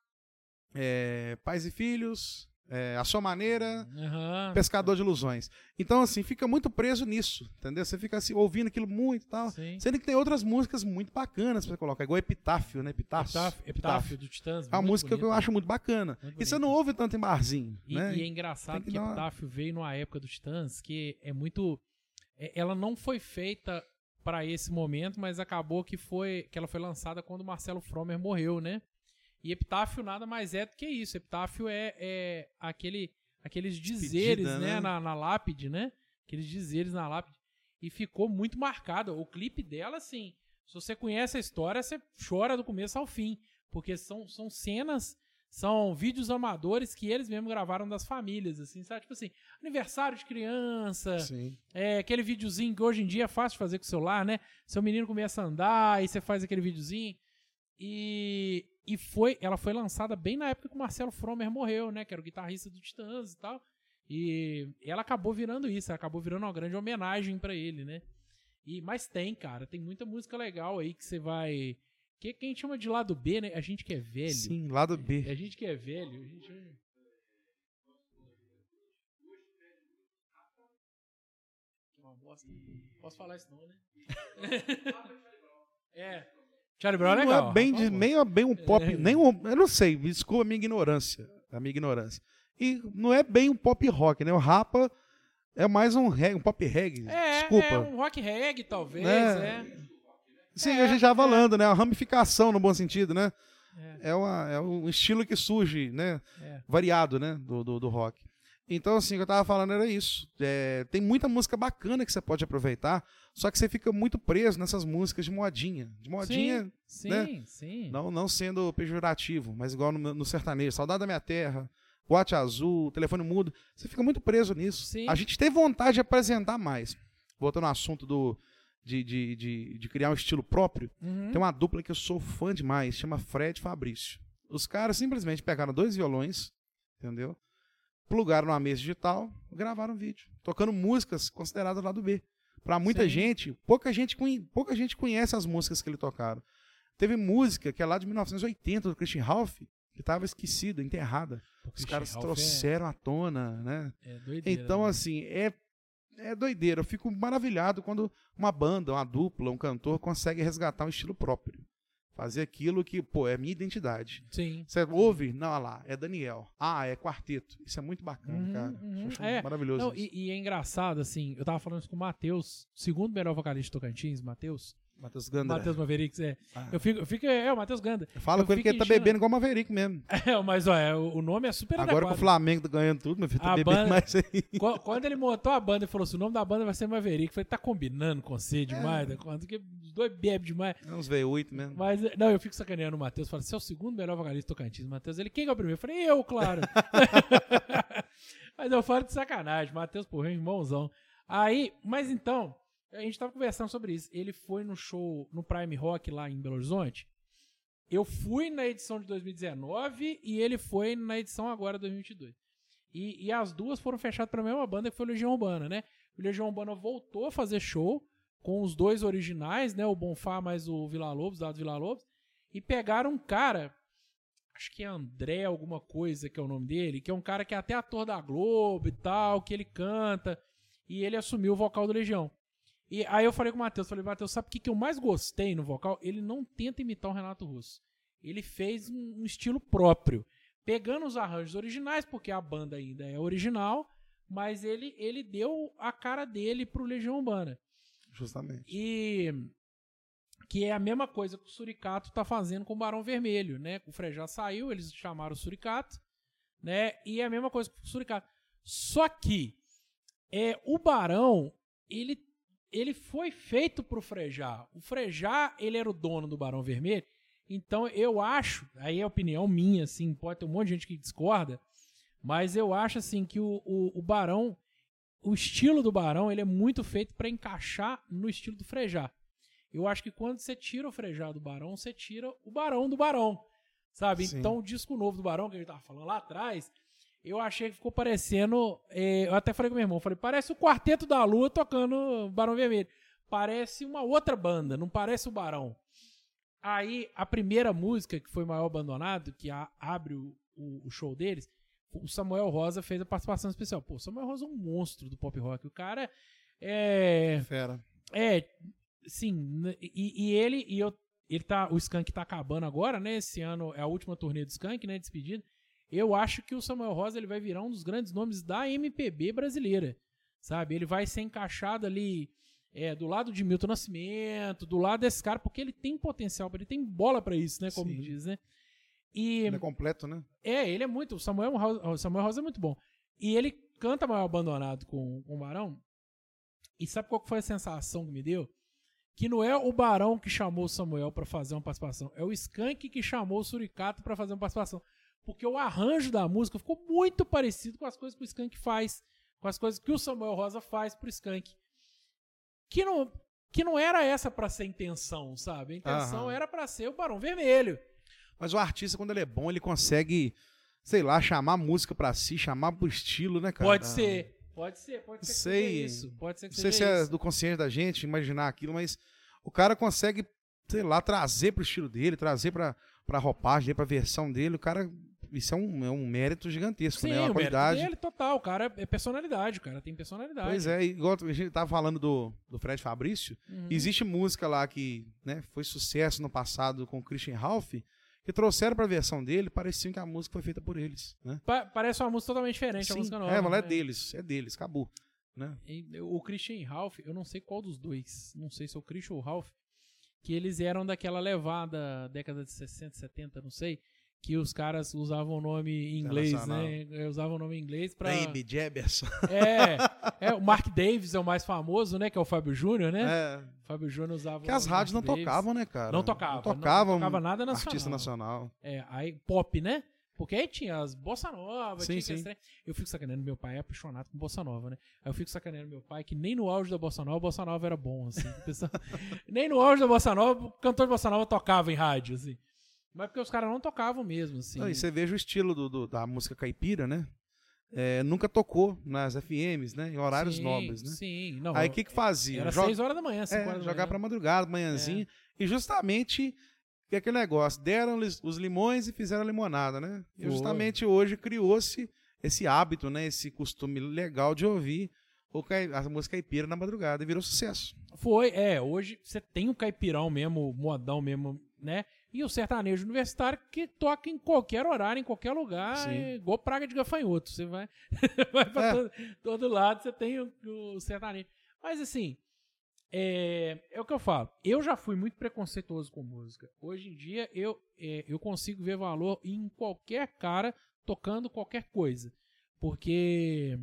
Pais e Filhos, A Sua Maneira, Pescador de Ilusões. Então, assim, fica muito preso nisso, entendeu? Você fica assim, ouvindo aquilo muito e tal. Sim. Sendo que tem outras músicas muito bacanas pra você colocar, igual Epitáfio, né? Epitáfio do Titãs. É uma música que eu acho muito bacana. E você não ouve tanto em barzinho, né? E é engraçado que Epitáfio veio numa época do Titãs que é muito... Ela não foi feita para esse momento, mas acabou que ela foi lançada quando o Marcelo Fromer morreu, né? E Epitáfio nada mais é do que isso. Epitáfio é aqueles dizeres, né? Na lápide, né? Aqueles dizeres na lápide. E ficou muito marcado. O clipe dela, assim, se você conhece a história, você chora do começo ao fim. Porque são cenas, são vídeos amadores que eles mesmos gravaram das famílias, assim, sabe? Tipo assim, aniversário de criança. Sim. Aquele videozinho que hoje em dia é fácil de fazer com o celular, né? Seu menino começa a andar e você faz aquele videozinho. E ela foi lançada bem na época que o Marcelo Fromer morreu, né? Que era o guitarrista do Titãs e tal. E ela acabou virando isso, ela acabou virando uma grande homenagem pra ele, né? Mas tem muita música legal aí que você vai... Que a gente chama de lado B, né? A gente que é velho. Sim, lado B. A gente que é velho. Uma bosta. Posso falar isso não, né? Charlie Brown é legal. Não é meio bem um pop, eu não sei, me desculpa a minha ignorância. E não é bem um pop rock, né? O Rapa é mais um pop reggae, desculpa. É um rock reggae, talvez, Sim, a gente já falando, né? Uma ramificação no bom sentido, né? É um estilo que surge, né? Variado, né? Do rock. Então, assim, o que eu tava falando era isso. Tem muita música bacana que você pode aproveitar, só que você fica muito preso nessas músicas de modinha. De modinha, né? Sim. Não sendo pejorativo, mas igual no sertanejo. Saudade da Minha Terra, Boate Azul, Telefone Mudo. Você fica muito preso nisso. Sim. A gente teve vontade de apresentar mais. Voltando ao assunto de criar um estilo próprio, tem uma dupla que eu sou fã demais, chama Fred e Fabrício. Os caras simplesmente pegaram 2 violões, entendeu? Plugaram numa mesa digital, gravaram um vídeo, tocando músicas consideradas lado B. Pra muita gente, pouca gente conhece as músicas que eles tocaram. Teve música que é lá de 1980, do Christian Ralph, que estava esquecida, enterrada. Os caras trouxeram à tona, né? Doideira, então, né? assim, é doideira. Eu fico maravilhado quando uma banda, uma dupla, um cantor consegue resgatar um estilo próprio. Fazer aquilo que, é minha identidade. Sim. Você ouve? Não, olha lá, é Daniel. É quarteto. Isso é muito bacana, cara. Acho maravilhoso. E é engraçado, assim, eu tava falando isso com o Matheus, segundo melhor vocalista de Tocantins, Matheus, Matheus Gandra. Matheus Mavericks, Eu fico, o Matheus Gandra. Fala com ele que ele tá bebendo igual Maverick mesmo. Mas o nome é super adequado. Agora que o Flamengo tá ganhando tudo, meu filho, tá bebendo mais aí. Quando ele montou a banda, ele falou assim, o nome da banda vai ser Maverick. Eu falei, tá combinando com você demais, porque os dois bebem demais. É uns V8 mesmo. Mas, não, eu fico sacaneando o Matheus. Falo, você é o segundo melhor vocalista do Tocantins. Matheus, ele, quem é o primeiro? Eu falei, eu, claro. Mas eu falo de sacanagem. Matheus, porra, irmãozão. Aí, mas então... A gente tava conversando sobre isso. Ele foi no show, no Prime Rock lá em Belo Horizonte. Eu fui na edição de 2019 e ele foi na edição agora de 2022. E as duas foram fechadas pela mesma banda, que foi o Legião Urbana, né? O Legião Urbana voltou a fazer show com os dois originais, né? O Bonfá mais o Vila Lobos, Dado Vila Lobos. E pegaram um cara, acho que é André alguma coisa que é o nome dele, que é um cara que é até ator da Globo e tal, que ele canta. E ele assumiu o vocal do Legião. E aí eu falei com o Matheus, Matheus, sabe o que eu mais gostei no vocal? Ele não tenta imitar o Renato Russo. Ele fez um estilo próprio, pegando os arranjos originais, porque a banda ainda é original, mas ele deu a cara dele pro Legião Urbana. Justamente. E que é a mesma coisa que o Suricato tá fazendo com o Barão Vermelho, né? O Frejá saiu, eles chamaram o Suricato, né? E é a mesma coisa com o Suricato. Só que o Barão, ele foi feito pro Frejá. O Frejá, ele era o dono do Barão Vermelho. Então, eu acho, aí é opinião minha, assim, pode ter um monte de gente que discorda, mas eu acho, assim, que o Barão, o estilo do Barão, ele é muito feito para encaixar no estilo do Frejá. Eu acho que quando você tira o Frejá do Barão, você tira o Barão do Barão, sabe? Sim. Então, o disco novo do Barão, que a gente tava falando lá atrás... Eu achei que ficou parecendo... eu até falei com meu irmão, parece o Quarteto da Lua tocando Barão Vermelho. Parece uma outra banda, não parece o Barão. Aí, a primeira música, que foi Maior Abandonado, que abre o show deles, o Samuel Rosa fez a participação especial. Pô, o Samuel Rosa é um monstro do pop rock. O cara é... Fera. Sim. O Skank tá acabando agora, né? Esse ano é a última turnê do Skank, né? Despedida. Eu acho que o Samuel Rosa ele vai virar um dos grandes nomes da MPB brasileira, sabe? Ele vai ser encaixado ali do lado de Milton Nascimento, do lado desse cara, porque ele tem potencial, ele tem bola pra isso, né? Como diz, né? Ele é completo, né? Ele é muito... O Samuel Rosa é muito bom. E ele canta Maior Abandonado com o Barão. E sabe qual que foi a sensação que me deu? Que não é o Barão que chamou o Samuel pra fazer uma participação, é o Skank que chamou o Suricato pra fazer uma participação. Porque o arranjo da música ficou muito parecido com as coisas que o Skank faz, com as coisas que o Samuel Rosa faz pro Skank. Que não era essa pra ser a intenção, sabe? A intenção era pra ser o Barão Vermelho. Mas o artista, quando ele é bom, ele consegue, sei lá, chamar a música pra si, chamar pro estilo, né, cara? Pode ser que seja isso. Pode ser que seja isso. Não sei se é do consciente da gente imaginar aquilo, mas o cara consegue, sei lá, trazer pro estilo dele, trazer pra roupagem dele, pra versão dele. O cara... Isso é um mérito gigantesco, sim, né? Uma qualidade. Sim, total. O cara é personalidade, o cara tem personalidade. Pois é, igual a gente tava falando do Fred Fabrício, existe música lá que, né, foi sucesso no passado com o Christian Ralph, que trouxeram pra versão dele, parecia que a música foi feita por eles, né? Parece uma música totalmente diferente, sim, a música nova. Mas é deles, acabou, né? O Christian Ralph, eu não sei qual dos dois, não sei se é o Christian ou o Ralph, que eles eram daquela levada, década de 60, 70, não sei, que os caras usavam o nome em inglês, né? Usavam o nome em inglês pra... Baby Jefferson. O Mark Davis é o mais famoso, né? Que é o Fábio Júnior, né? O Fábio Júnior usava... Que as rádios não tocavam, né, cara? Não tocavam nada nacional. Artista nacional. Aí pop, né? Porque aí tinha as bossa nova, sim. Eu fico sacaneando, meu pai é apaixonado com bossa nova, né? Aí eu fico sacaneando meu pai que nem no auge da bossa nova era bom, assim. Nem no auge da bossa nova, o cantor de bossa nova tocava em rádio, assim. Mas porque os caras não tocavam mesmo, assim. E você veja o estilo da música caipira, né? Nunca tocou nas FMs, né? Em horários nobres, né? Sim. Não, aí o que fazia? Era 6 horas da manhã, 5 horas da manhã. Jogar pra madrugada, manhãzinha. E justamente, que é aquele negócio, deram os limões e fizeram a limonada, né? E justamente hoje criou-se esse hábito, né? Esse costume legal de ouvir a música caipira na madrugada e virou sucesso. Hoje você tem o caipirão mesmo, modão mesmo, né? E o sertanejo universitário que toca em qualquer horário, em qualquer lugar, igual praga de gafanhoto. Você vai pra todo lado, você tem o sertanejo. Mas assim, é o que eu falo. Eu já fui muito preconceituoso com música. Hoje em dia, eu consigo ver valor em qualquer cara tocando qualquer coisa. Porque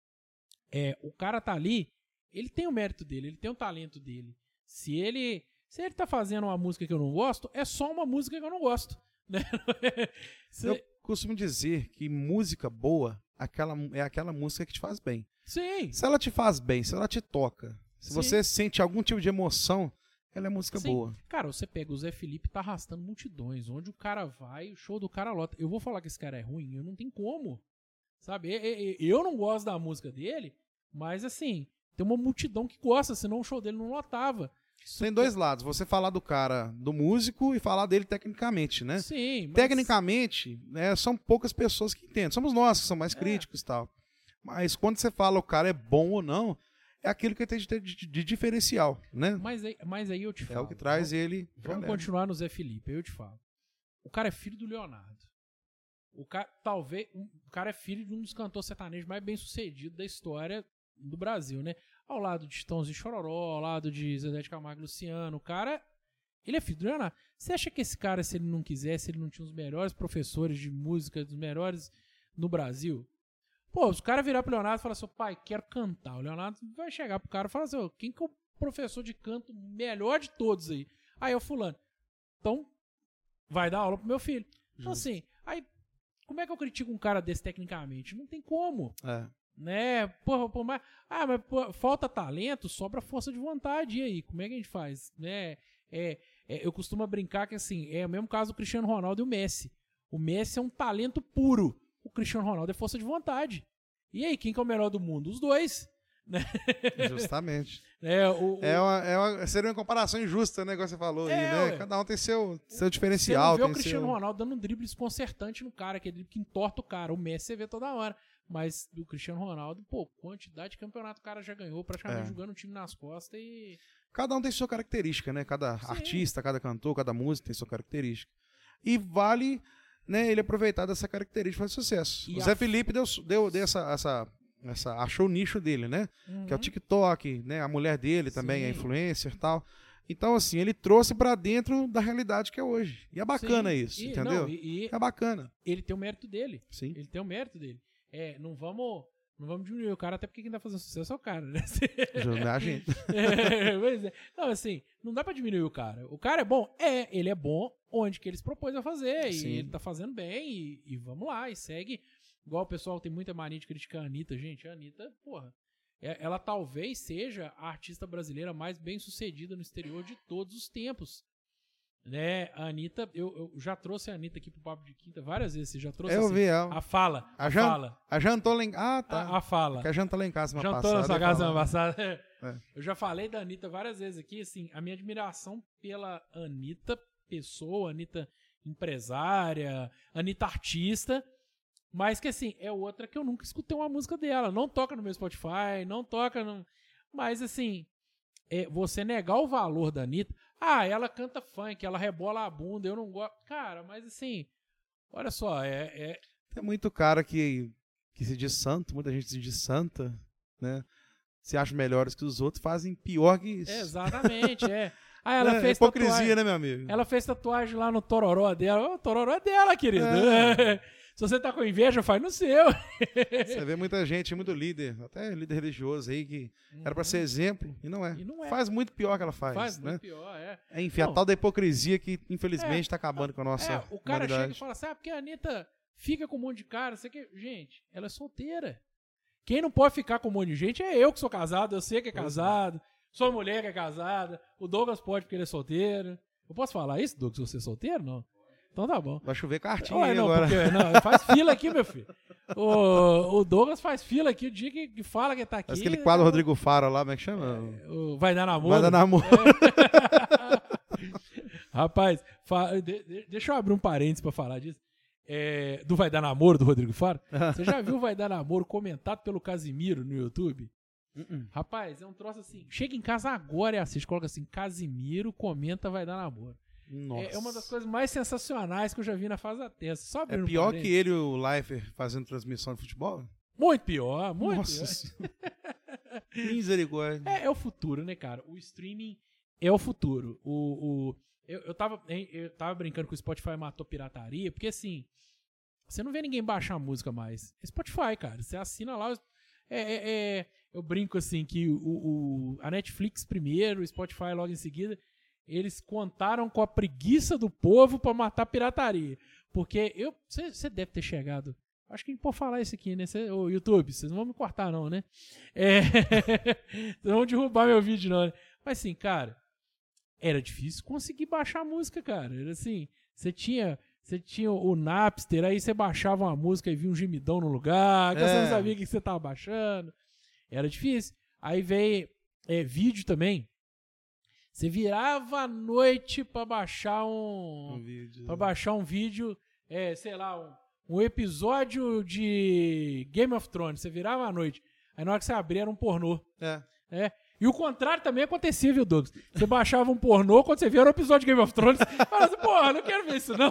o cara tá ali, ele tem o mérito dele, ele tem o talento dele. Se ele tá fazendo uma música que eu não gosto, é só uma música que eu não gosto. Né? Eu costumo dizer que música boa é aquela música que te faz bem. Sim. Se ela te faz bem, se ela te toca, se você sente algum tipo de emoção, ela é música boa. Cara, você pega o Zé Felipe, tá arrastando multidões. Onde o cara vai, o show do cara lota. Eu vou falar que esse cara é ruim? Eu não tenho como. Sabe? Eu não gosto da música dele, mas assim, tem uma multidão que gosta, senão o show dele não lotava. Tem dois lados, você falar do cara, do músico, e falar dele tecnicamente, né? Sim, mas... Tecnicamente, né, são poucas pessoas que entendem. Somos nós que somos mais críticos e tal. Mas quando você fala o cara é bom ou não, é aquilo que tem de diferencial, né? Mas aí eu te falo. É o que traz ele... Vamos continuar no Zé Felipe, aí eu te falo. O cara é filho do Leonardo. O cara é filho de um dos cantores sertanejos mais bem-sucedidos da história do Brasil, né? Ao lado de Chitãozinho e Chororó, ao lado de Zezé de Camargo e Luciano, o cara, ele é filho do Leonardo. Você acha que esse cara, se ele não quisesse, ele não tinha os melhores professores de música, dos melhores no Brasil? Pô, se o cara virar pro Leonardo e falar assim, pai, quero cantar. O Leonardo vai chegar pro cara e falar assim, quem que é o professor de canto melhor de todos aí? Aí é o fulano. Então, vai dar aula pro meu filho. Então assim, aí, como é que eu critico um cara desse tecnicamente? Não tem como. Né? Mas falta talento, sobra força de vontade. E aí, como é que a gente faz? Né? Eu costumo brincar que assim, é o mesmo caso do Cristiano Ronaldo e o Messi. O Messi é um talento puro. O Cristiano Ronaldo é força de vontade. E aí, quem que é o melhor do mundo? Os dois. Né? Justamente. Seria uma comparação injusta, né? Igual você falou aí, né? Cada um tem seu diferencial. Você não vê o Cristiano Ronaldo dando um drible desconcertante no cara, aquele drible que entorta o cara. O Messi você vê toda hora. Mas do Cristiano Ronaldo, quantidade de campeonato o cara já ganhou, praticamente jogando o time nas costas e... Cada um tem sua característica, né? Cada artista, cada cantor, cada música tem sua característica. E vale, né, ele aproveitar dessa característica para fazer sucesso. O Zé Felipe deu achou o nicho dele, né? Que é o TikTok, né? A mulher dele também é influencer e tal. Então, assim, ele trouxe pra dentro da realidade que é hoje. E é bacana isso, entendeu? É bacana. Ele tem o mérito dele. Sim. Ele tem o mérito dele. Não vamos diminuir o cara, até porque quem tá fazendo sucesso é o cara, né? Não é a gente. Não, assim, não dá pra diminuir o cara. O cara é bom? Ele é bom onde que ele se propôs a fazer. Sim. E ele tá fazendo bem e vamos lá, e segue. Igual o pessoal tem muita mania de criticar a Anitta. Gente, a Anitta, ela talvez seja a artista brasileira mais bem sucedida no exterior de todos os tempos. Né, a Anitta, eu já trouxe a Anitta aqui pro Papo de Quinta várias vezes. Você já trouxe eu vi ela. A fala. A jantou lá em casa. A fala. Que a janta lá em casa semana passada. Jantou na sua casa semana passada. Eu já falei da Anitta várias vezes aqui, assim, a minha admiração pela Anitta pessoa, Anitta empresária, Anitta artista, mas que assim, é outra que eu nunca escutei uma música dela. Não toca no meu Spotify, não toca no... Mas assim, você negar o valor da Anitta... ela canta funk, ela rebola a bunda, eu não gosto. Cara, mas assim, olha só, Tem muito cara que se diz santo, muita gente se diz santa, né? Se acha melhores que os outros, fazem pior que isso. Exatamente, ela fez hipocrisia, tatuagem, né, meu amigo? Ela fez tatuagem lá no tororó dela. O tororó é dela, querido. Se você tá com inveja, faz no seu. Você vê muita gente, muito líder, até líder religioso aí, que era pra ser exemplo, e não é. Faz muito pior que ela faz. Faz né? muito pior, Enfim, a tal da hipocrisia que, infelizmente, tá acabando com a nossa o cara humanidade. chega e fala assim, porque a Anitta fica com um monte de cara, você quer... Gente, ela é solteira. Quem não pode ficar com um monte de gente é eu que sou casado, eu sei que é casado, sou mulher que é casada, o Douglas pode porque ele é solteiro. Eu posso falar isso, Douglas, se você é solteiro? Não. Então tá bom. Vai chover cartinha aí agora. Faz fila aqui, meu filho. O Douglas faz fila aqui o dia que fala que tá aqui. Mas aquele quadro Rodrigo Faro lá, como é que chama? Vai dar namoro. Vai dar namoro. Rapaz, deixa eu abrir um parênteses pra falar disso. Do Vai Dar Namoro, do Rodrigo Faro. Você já viu o Vai Dar Namoro comentado pelo Casimiro no YouTube? Rapaz, é um troço assim. Chega em casa agora e assiste. Coloca assim, Casimiro comenta Vai Dar Namoro. Nossa. É uma das coisas mais sensacionais que eu já vi na face da Terra. Só é pior que ele e o Leifert fazendo transmissão de futebol? Muito pior, muito Nossa. pior. Misericórdia. É o futuro, né, cara? O streaming é o futuro. Eu tava brincando que o Spotify matou pirataria, porque assim, você não vê ninguém baixar música mais. É Spotify, cara. Você assina lá. Eu brinco assim que a Netflix primeiro, o Spotify logo em seguida, eles contaram com a preguiça do povo pra matar a pirataria. Porque você deve ter chegado. Acho que a gente pode falar isso aqui, né? O YouTube, vocês não vão me cortar, não, né? Vocês não vão derrubar meu vídeo, não, né? Mas assim, cara, era difícil conseguir baixar a música, cara. Era assim, você tinha o Napster, aí você baixava uma música e via um gemidão no lugar, que você não sabia o que você tava baixando. Era difícil. Aí veio vídeo também. Você virava à noite pra baixar um vídeo, sei lá, um episódio de Game of Thrones. Você virava à noite. Aí na hora que você abria era um pornô. E o contrário também acontecia, viu, Douglas? Você baixava um pornô, quando você via era um episódio de Game of Thrones, você falava assim, porra, não quero ver isso não.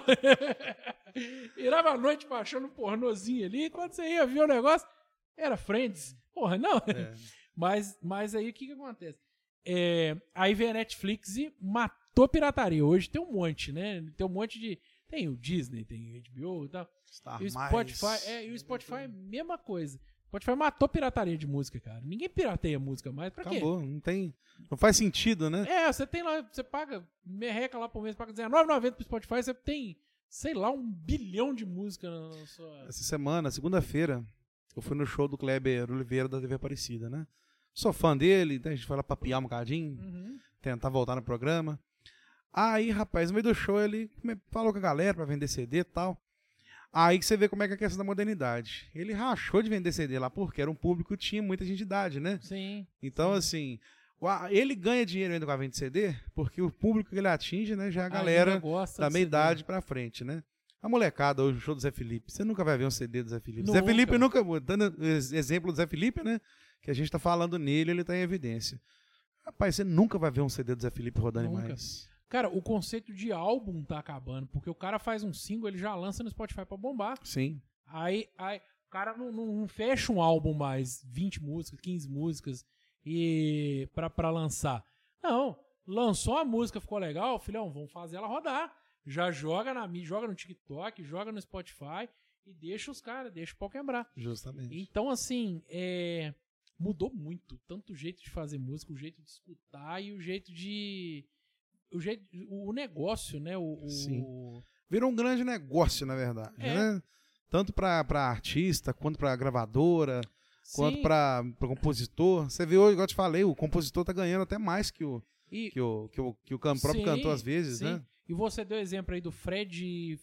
Virava à noite baixando um pornôzinho ali, quando você ia ver o negócio, era Friends. Porra, não. Mas aí o que acontece? Aí veio a Netflix e matou a pirataria. Hoje tem um monte, né? Tem um monte de... Tem o Disney, tem o HBO e tal. E o Spotify, mesma coisa. O Spotify matou a pirataria de música, cara. Ninguém pirateia música mais. Pra quê? Acabou, não faz sentido, né? Você tem lá, você paga, merreca lá por mês, paga R$19,90 pro Spotify, você tem, sei lá, 1 bilhão de música na sua... Essa semana, segunda-feira, eu fui no show do Kleber Oliveira da TV Aparecida, né? Sou fã dele, a gente foi lá papiar um bocadinho, tentar voltar no programa. Aí, rapaz, no meio do show ele falou com a galera pra vender CD e tal. Aí que você vê como é que é a questão da modernidade. Ele rachou de vender CD lá porque era um público que tinha muita gente de idade, né? Sim. Então, assim, ele ganha dinheiro ainda com a venda de CD porque o público que ele atinge, né, já é a galera da meia idade pra frente, né? A molecada hoje, o show do Zé Felipe, você nunca vai ver um CD do Zé Felipe. Zé Felipe nunca, dando exemplo do Zé Felipe, né? Que a gente tá falando nele, ele tá em evidência. Rapaz, você nunca vai ver um CD do Zé Felipe rodando mais. Cara, o conceito de álbum tá acabando, porque o cara faz um single, ele já lança no Spotify pra bombar. Sim. Aí o cara não fecha um álbum mais, 20 músicas, 15 músicas, e pra lançar. Não, lançou a música, ficou legal, filhão, vamos fazer ela rodar. Já joga na mídia, joga no TikTok, joga no Spotify e deixa os caras, deixa o pau quebrar. Justamente. Então, assim, mudou muito. Tanto o jeito de fazer música, o jeito de escutar e o jeito de... O negócio, né? Sim. Virou um grande negócio, na verdade. Né? Tanto pra artista, quanto pra gravadora, quanto pra compositor. Você vê hoje, igual eu te falei, o compositor tá ganhando até mais que o próprio cantor, às vezes, né? E você deu exemplo aí do Fred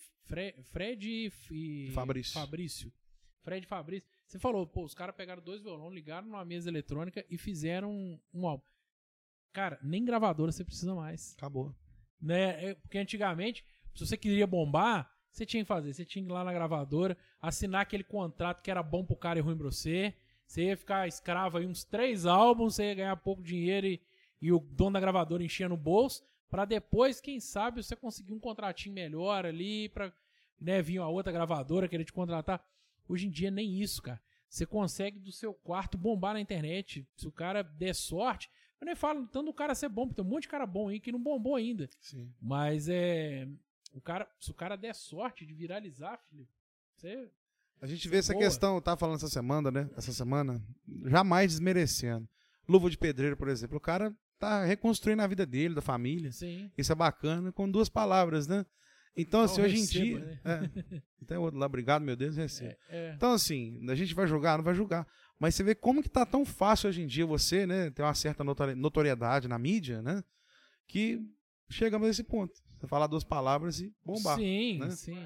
e Fabrício. Fred e Fabrício. Você falou, os caras pegaram 2 violões, ligaram numa mesa eletrônica e fizeram um álbum. Cara, nem gravadora você precisa mais. Acabou. Né? Porque antigamente, se você queria bombar, você tinha que fazer. Você tinha que ir lá na gravadora, assinar aquele contrato que era bom pro cara e ruim pra você. Você ia ficar escravo aí uns 3 álbuns, você ia ganhar pouco dinheiro e o dono da gravadora enchia no bolso, pra depois, quem sabe, você conseguir um contratinho melhor ali, pra vir uma outra gravadora querer te contratar. Hoje em dia nem isso, cara. Você consegue do seu quarto bombar na internet. Se o cara der sorte... Eu nem falo tanto do cara ser bom, porque tem um monte de cara bom aí que não bombou ainda. Sim. Mas se o cara der sorte de viralizar, filho, a gente vê essa questão, eu tava falando essa semana, jamais desmerecendo. Luva de Pedreiro, por exemplo, o cara tá reconstruindo a vida dele, da família. Sim. Isso é bacana, com 2 palavras, né? Então, assim, hoje em dia... Né? Tem outro lá, obrigado, meu Deus, recebo. Então, assim, a gente vai julgar, não vai julgar. Mas você vê como que tá tão fácil hoje em dia você, né, ter uma certa notoriedade na mídia, né, que chegamos a esse ponto. Você falar 2 palavras e bombar. Sim, né? Sim.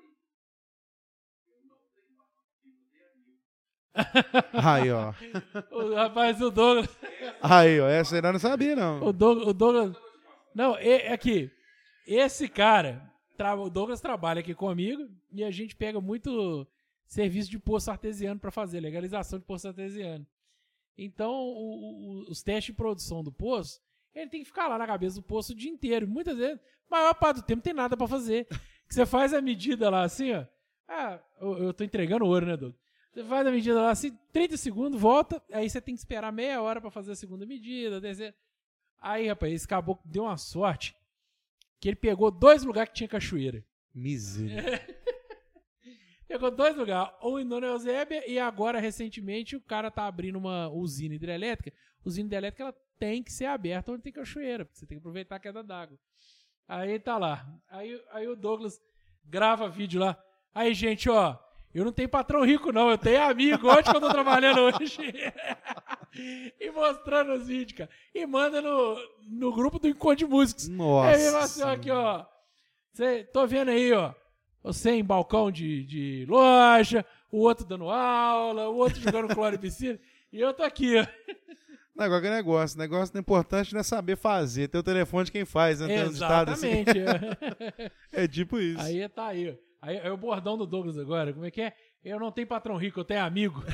Aí, ó. Rapaz, o Douglas... Aí, ó, essa eu não sabia, não. O Douglas... Não, aqui, esse cara, o Douglas trabalha aqui comigo e a gente pega muito... serviço de poço artesiano para fazer, legalização de poço artesiano. Então, os testes de produção do poço, ele tem que ficar lá na cabeça do poço o dia inteiro. Muitas vezes, a maior parte do tempo, não tem nada para fazer. Que você faz a medida lá assim, ó. Eu tô entregando ouro, né, Douglas? Você faz a medida lá, assim, 30 segundos, volta, aí você tem que esperar meia hora pra fazer a segunda medida, terceira. Aí, rapaz, esse caboclo deu uma sorte que ele pegou 2 lugares que tinha cachoeira. Misericórdia. Pegou 2 lugares, um em Dona Eusébia e agora, recentemente, o cara tá abrindo uma usina hidrelétrica. Usina hidrelétrica, ela tem que ser aberta onde tem cachoeira, porque você tem que aproveitar a queda d'água. Aí tá lá. Aí o Douglas grava vídeo lá. Aí, gente, ó, eu não tenho patrão rico, não. Eu tenho amigo. Onde que eu tô trabalhando hoje? E mostrando os vídeos, cara. E manda no grupo do Encontro de Músicos. Nossa. Aí mesmo assim, ó, aqui, ó. Tô vendo aí, ó. Você em balcão de loja, o outro dando aula, o outro jogando cloro em piscina. E eu tô aqui, ó. Agora que negócio. Negócio importante não é saber fazer. Ter o telefone de quem faz, né? Exatamente. Assim. É tipo isso. Aí tá aí, ó. Aí é o bordão do Douglas agora. Como é que é? Eu não tenho patrão rico, eu tenho amigo.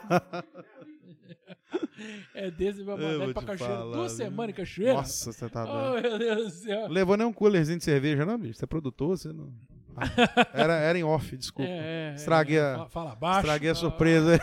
É desse meu mandado pra cachoeira. Falar, 2 semanas em cachoeira. Nossa, você tá Oh, doido. meu Deus do céu. Não levou nem um coolerzinho de cerveja, não, bicho? Você é produtor, você não... Era em off, desculpa. Estraguei Fala baixo. Estraguei a surpresa.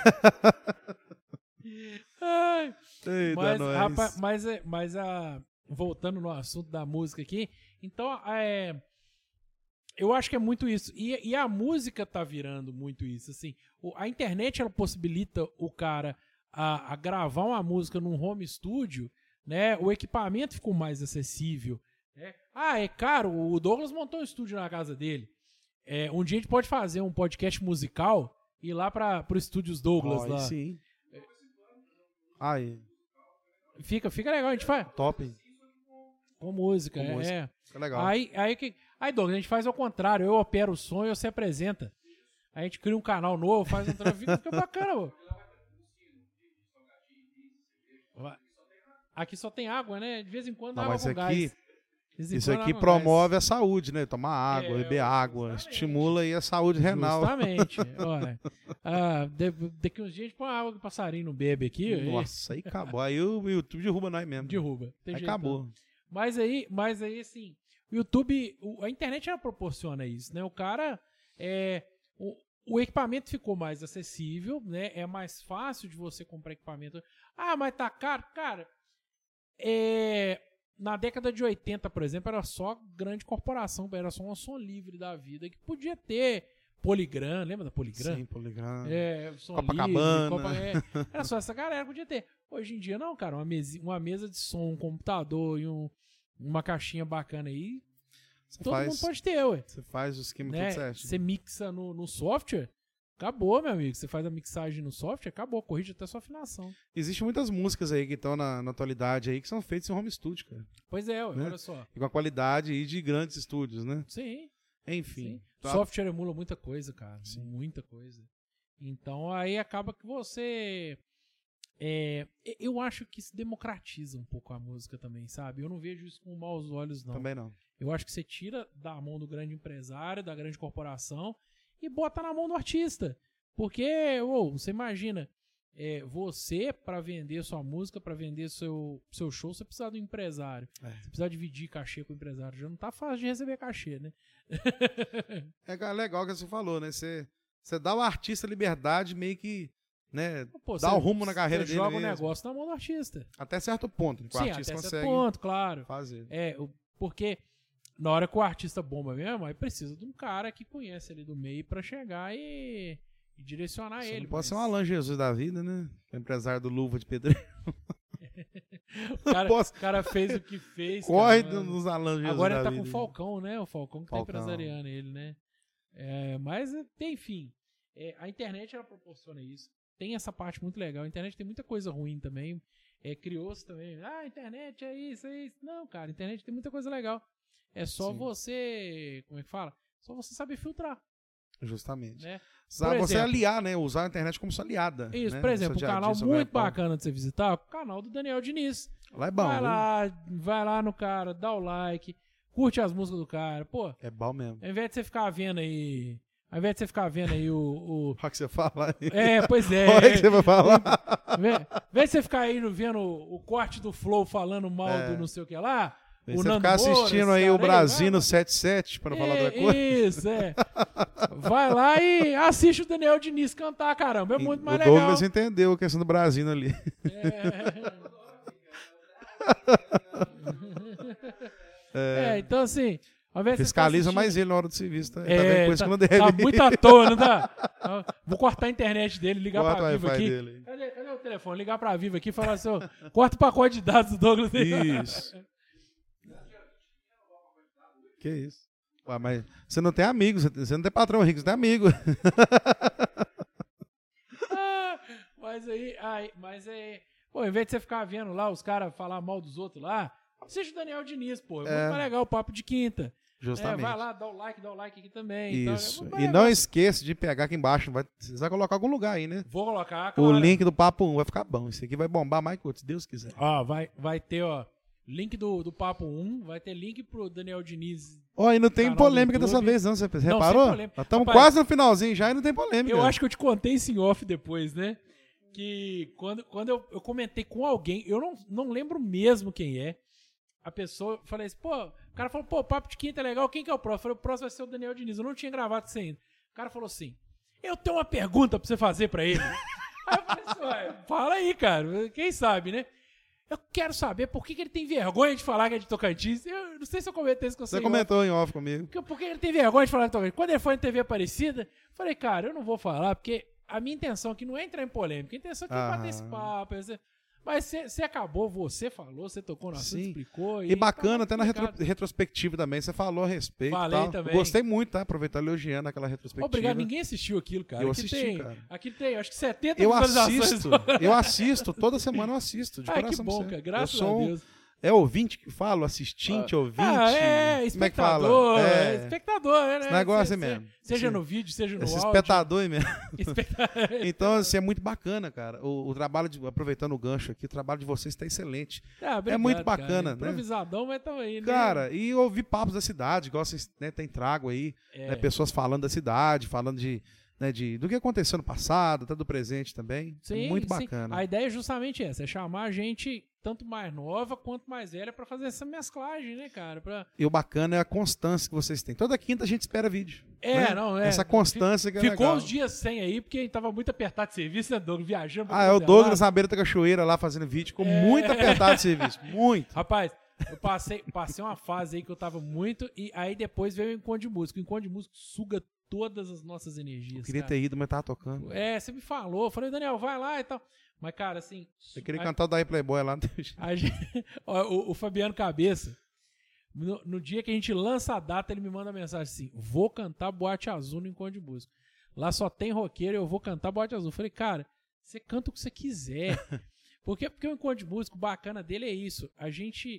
Ai. Eita, Mas voltando no assunto da música aqui, então eu acho que é muito isso. E a música tá virando muito isso. Assim, a internet ela possibilita o cara a gravar uma música num home studio, né? O equipamento ficou mais acessível. Né? É caro. O Douglas montou um estúdio na casa dele. Um dia a gente pode fazer um podcast musical e ir lá para os estúdios Douglas lá. Sim. Aí. Fica legal, a gente faz. Top. Com música, Fica legal. Aí, Douglas, a gente faz ao contrário. Eu opero o som e você apresenta. A gente cria um canal novo, faz um fica bacana, pô. Aqui só tem água, né? De vez em quando água com gás. Isso aqui promove a saúde, né? Tomar água, beber água, estimula aí a saúde renal. Justamente. Olha, daqui uns dias a gente põe água que o passarinho não bebe aqui. Nossa, aí acabou. Aí o YouTube derruba nós mesmo. Derruba. Aí acabou. Não. Mas aí, assim, o YouTube, a internet ela proporciona isso, né? O cara, o equipamento ficou mais acessível, né? É mais fácil de você comprar equipamento. Mas tá caro? Cara, na década de 80, por exemplo, era só grande corporação, era só uma Som Livre da vida que podia ter Polygram, lembra da Polygram? Sim, Polygram. Som Copacabana. Livre, era só essa galera que podia ter. Hoje em dia não, cara, uma mesa de som, um computador e uma caixinha bacana aí, mundo pode ter, ué. Você faz o esquema tudo certo. Você mixa no software, acabou, meu amigo. Você faz a mixagem no software, acabou, corrige até a sua afinação. Existem muitas músicas aí que estão na atualidade aí que são feitas em home studio, cara. Pois é, né? Olha só. E com a qualidade aí de grandes estúdios, né? Sim. Enfim. Sim. Software emula muita coisa, cara. Sim. Muita coisa. Então aí acaba que você... eu acho que se democratiza um pouco a música também, sabe? Eu não vejo isso com maus olhos, não. Também não. Eu acho que você tira da mão do grande empresário, da grande corporação e bota na mão do artista. Porque, você imagina, você, para vender sua música, para vender seu show, você precisa do empresário. Você precisa dividir cachê com o empresário. Já não tá fácil de receber cachê, né? É legal que você falou, né? Você dá ao artista liberdade meio que, né, dá o rumo na carreira dele. Você joga mesmo. o negócio na mão do artista. Até certo ponto, que o artista até consegue certo ponto, claro. fazer. Porque na hora que o artista bomba mesmo, aí precisa de um cara que conhece ali do meio pra chegar e direcionar ele. Não pode ser um Alan Jesus da vida, né? O empresário do Luva de Pedreiro. O cara fez o que fez. Corre nos Alan Jesus. Agora da ele tá vida. com o Falcão, né? O Falcão que tá empresariando ele, né? Mas, enfim, a internet ela proporciona isso. Tem essa parte muito legal. A internet tem muita coisa ruim também. Criou-se também. A internet é isso, é isso. Não, cara, a internet tem muita coisa legal. É só você... Como é que fala? Só você saber filtrar. Justamente. Né? Você aliar, né? Usar a internet como sua aliada. Isso, né? por exemplo, um canal muito bacana de você visitar, o canal do Daniel Diniz. Lá é bom. Vai lá no cara, dá o like, curte as músicas do cara. Pô, é bom mesmo. Ao invés de você ficar vendo aí... o que você fala aí. Pois é. Olha que você vai falar. Ao invés de você ficar aí vendo o corte do Flow falando mal do não sei o que lá, Você ficar assistindo aí o Brasino 77, pra não falar outra coisa. Isso, Vai lá e assiste o Daniel Diniz cantar, caramba. É muito mais legal. O Douglas entendeu a questão do Brasino ali. Então assim... Fiscaliza mais ele na hora do serviço, tá? Tá vendo coisa que não deve. Tá muito à toa, não tá? Vou cortar a internet dele, ligar pra Vivo aqui. Dele. Cadê o telefone? Ligar pra Vivo aqui e falar assim, corta o pacote de dados do Douglas. Isso. Que isso? Ué, mas você não tem amigos, você não tem patrão rico, você tem amigo. Pô, em vez de você ficar vendo lá os caras falar mal dos outros lá, assiste o Daniel Diniz, pô. É muito mais legal o papo de quinta. Justamente. Vai lá, dá o like aqui também. Isso. Então, e não esqueça de pegar aqui embaixo. Você vai colocar algum lugar aí, né? Vou colocar, claro. O link do Papo 1 vai ficar bom. Isso aqui vai bombar mais que outros, se Deus quiser. Vai ter, link do Papo 1, vai ter link pro Daniel Diniz. E não tem polêmica dessa vez, não. Você reparou? Nós estamos quase no finalzinho já e não tem polêmica. Eu acho que eu te contei isso em off depois, né? Que quando eu comentei com alguém, eu não lembro mesmo quem é. A pessoa, falei assim, o cara falou, papo de quinta é legal, quem que é o próximo? Eu falei, o próximo vai ser o Daniel Diniz, eu não tinha gravado isso ainda. O cara falou assim, eu tenho uma pergunta pra você fazer pra ele. Aí eu falei assim, fala aí, cara, quem sabe, né? Eu quero saber por que ele tem vergonha de falar que é de Tocantins. Eu não sei se eu comentei isso com você. Você comentou em off comigo. Por que ele tem vergonha de falar de Tocantins? Quando ele foi em TV Aparecida, eu falei, cara, eu não vou falar, porque a minha intenção aqui não é entrar em polêmica, a intenção aqui é bater esse papo, mas você acabou, você falou, você tocou no assunto, explicou. E bacana, até na retrospectiva também, você falou a respeito. Falei também. Eu gostei muito, tá? Aproveitar elogiando aquela retrospectiva. Obrigado, ninguém assistiu aquilo, cara. Eu assisti, cara. Aqui tem, acho que 70 visualizações. Eu assisto, toda semana eu assisto, de coração. Que bom, cara, graças a Deus. É ouvinte que fala, assistente, ouvinte? Espectador. Como é que fala? Espectador, né? Esse negócio é mesmo. Seja no vídeo, seja no áudio. Espectador mesmo. Então, assim, é muito bacana, cara. O trabalho, aproveitando o gancho aqui, o trabalho de vocês está excelente. Obrigado, é muito bacana, cara. Improvisadão, mas estão aí, né? Cara, e ouvir papos da cidade, igual vocês tem trago aí, né, pessoas falando da cidade, falando do que aconteceu no passado, até do presente também. Sim, muito bacana. A ideia é justamente essa, é chamar a gente tanto mais nova quanto mais velha pra fazer essa mesclagem, né, cara? E o bacana é a constância que vocês têm. Toda quinta a gente espera vídeo. Essa constância que é Ficou legal. uns dias sem aí, porque a gente tava muito apertado de serviço, né, Douglas? Viajando. É o Douglas na beira da cachoeira lá fazendo vídeo, ficou muito apertado de serviço. Muito. Rapaz, eu passei uma fase aí que eu tava muito, e aí depois veio o Encontro de Música. O Encontro de Música suga todas as nossas energias. Eu queria ter ido, mas tava tocando. Você me falou. Eu falei, Daniel, vai lá e tal. Mas, cara, assim... Eu queria cantar o Daí Playboy lá. O Fabiano Cabeça, no dia que a gente lança a data, ele me manda mensagem assim, vou cantar Boate Azul no Encontro de Música. Lá só tem roqueiro, eu vou cantar Boate Azul. Eu falei, cara, você canta o que você quiser. Porque o Encontro de Música, o bacana dele é isso. A gente...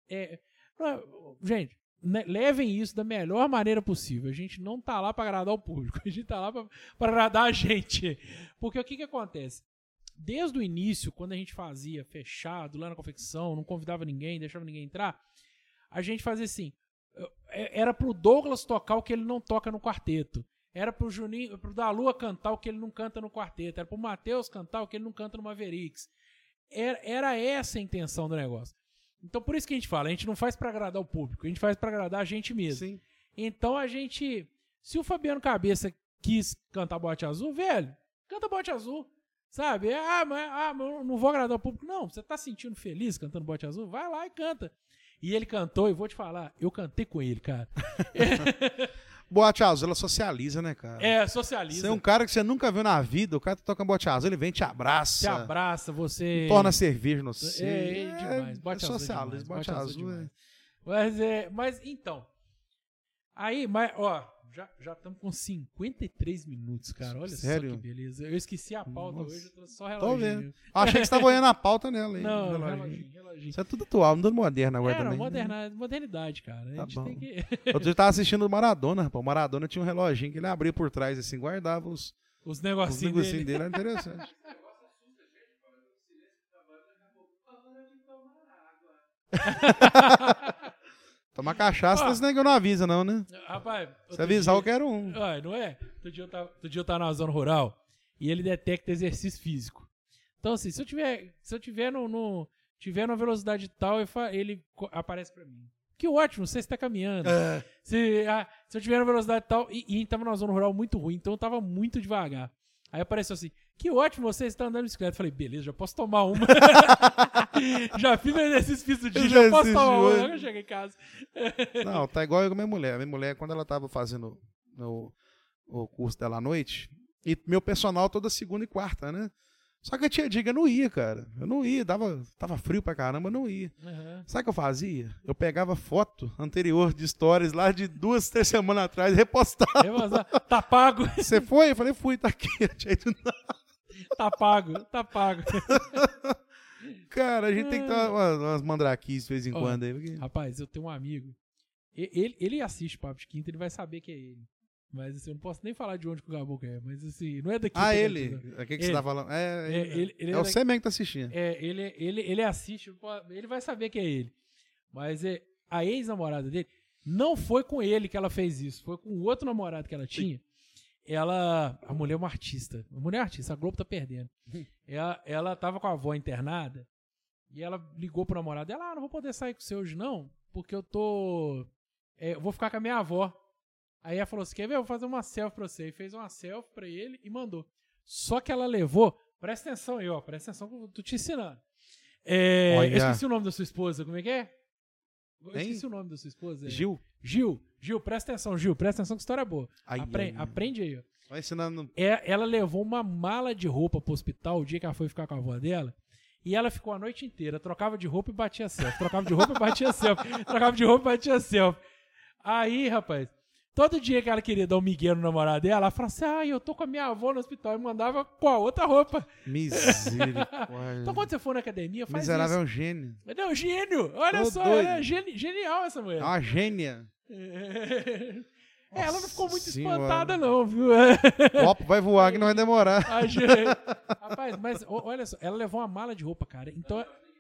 Gente... Levem isso da melhor maneira possível. A gente não tá lá pra agradar o público. A gente tá lá pra agradar a gente. Porque o que acontece? Desde o início, quando a gente fazia fechado lá na confecção, não convidava ninguém, deixava ninguém entrar, a gente fazia assim. Era pro Douglas tocar o que ele não toca no quarteto. Era pro Juninho, pro Dalua cantar o que ele não canta no quarteto. Era pro Matheus cantar o que ele não canta no Mavericks. Era essa a intenção do negócio. Então, por isso que a gente não faz pra agradar o público, a gente faz pra agradar a gente mesmo. Sim. Então, se o Fabiano Cabeça quis cantar Boate Azul, velho, canta Boate Azul, sabe? Mas eu não vou agradar o público. Não, você tá sentindo feliz cantando Boate Azul? Vai lá e canta. E ele cantou, e vou te falar, eu cantei com ele, cara. Boate Azul, ela socializa, né, cara? Socializa. Você é um cara que você nunca viu na vida, o cara toca Boate Azul, ele vem, te abraça. Te abraça, você... Torna cerveja no seu. Demais. Boate Azul socializa, Boate Azul é... Mas, então... Aí, já estamos com 53 minutos, cara. Olha Sério? Só que beleza. Eu esqueci a pauta hoje, eu tô só reloginho. Tô vendo. Achei que você estava olhando a pauta nela. Hein? Não, reloginho. Isso é tudo atual, não tudo moderno agora também. Modernidade, cara. Tá a gente bom. tem que... Outro dia eu tava assistindo o Maradona, rapaz. O Maradona tinha um reloginho que ele abria por trás, assim, guardava os negocinhos dele. Era interessante. Tomar cachaça, esse negócio não avisa, não, né? Rapaz, se avisar, eu quero um. Não é? Outro dia eu tava na zona rural e ele detecta exercício físico. Então, assim, se eu tiver numa velocidade tal, ele aparece pra mim. que ótimo, você está caminhando. Se eu tiver na velocidade e tal, e estava numa zona rural muito ruim, então eu tava muito devagar. Aí apareceu assim, que ótimo, você está andando de bicicleta. Eu falei, beleza, já posso tomar uma. Já fiz o exercício, fiz o dia, já posso tomar uma. Eu cheguei em casa. Não, tá igual eu com a minha mulher. A minha mulher, quando ela tava fazendo o curso dela à noite, e meu personal toda segunda e quarta, né? Só que eu tinha diga, eu não ia, cara. Eu não ia, tava frio pra caramba, eu não ia. Sabe o que eu fazia? Eu pegava foto anterior de stories lá de 2, 3 semanas atrás e repostava. Tá pago. Você foi? Eu falei, fui, tá aqui. Tá pago. Cara, a gente tem que dar umas mandraquices de vez em quando aí. Porque... Rapaz, eu tenho um amigo. Ele assiste Papo de Quinta, ele vai saber que é ele. Mas assim, eu não posso nem falar de onde que o Gaboca é. Mas assim, não é daqui. Ele? O que você tá falando? É você mesmo que tá assistindo. Ele assiste, ele vai saber que é ele. Mas a ex-namorada dele, não foi com ele que ela fez isso. Foi com o outro namorado que ela tinha. A mulher é uma artista. A mulher é artista, a Globo tá perdendo. Ela tava com a avó internada. E ela ligou pro namorado dela, não vou poder sair com você hoje não, porque eu vou ficar com a minha avó. Aí ela falou assim, quer ver? Eu vou fazer uma selfie pra você. E fez uma selfie pra ele e mandou. Só que ela levou... Presta atenção aí, ó. Presta atenção que eu tô te ensinando. Eu esqueci o nome da sua esposa. Como é que é? Eu esqueci o nome da sua esposa. Gil, presta atenção, Gil. Presta atenção que história é boa. Aprende aí, ó. Vai ensinando... Ela levou uma mala de roupa pro hospital o dia que ela foi ficar com a avó dela. E ela ficou a noite inteira. Trocava de roupa e batia selfie. Trocava de roupa e batia selfie. Trocava de roupa e batia selfie. Aí, rapaz... Todo dia que ela queria dar um migué no namorado dela, ela falava assim, eu tô com a minha avó no hospital, e mandava com a outra roupa. Misericórdia. Então quando você for na academia, faz Miserável isso. é um gênio. Não, gênio. Olha só, é genial essa mulher. É uma gênia. Ela não ficou muito espantada não, viu? O copo vai voar que não vai demorar. Rapaz, mas olha só, ela levou uma mala de roupa, cara. Então...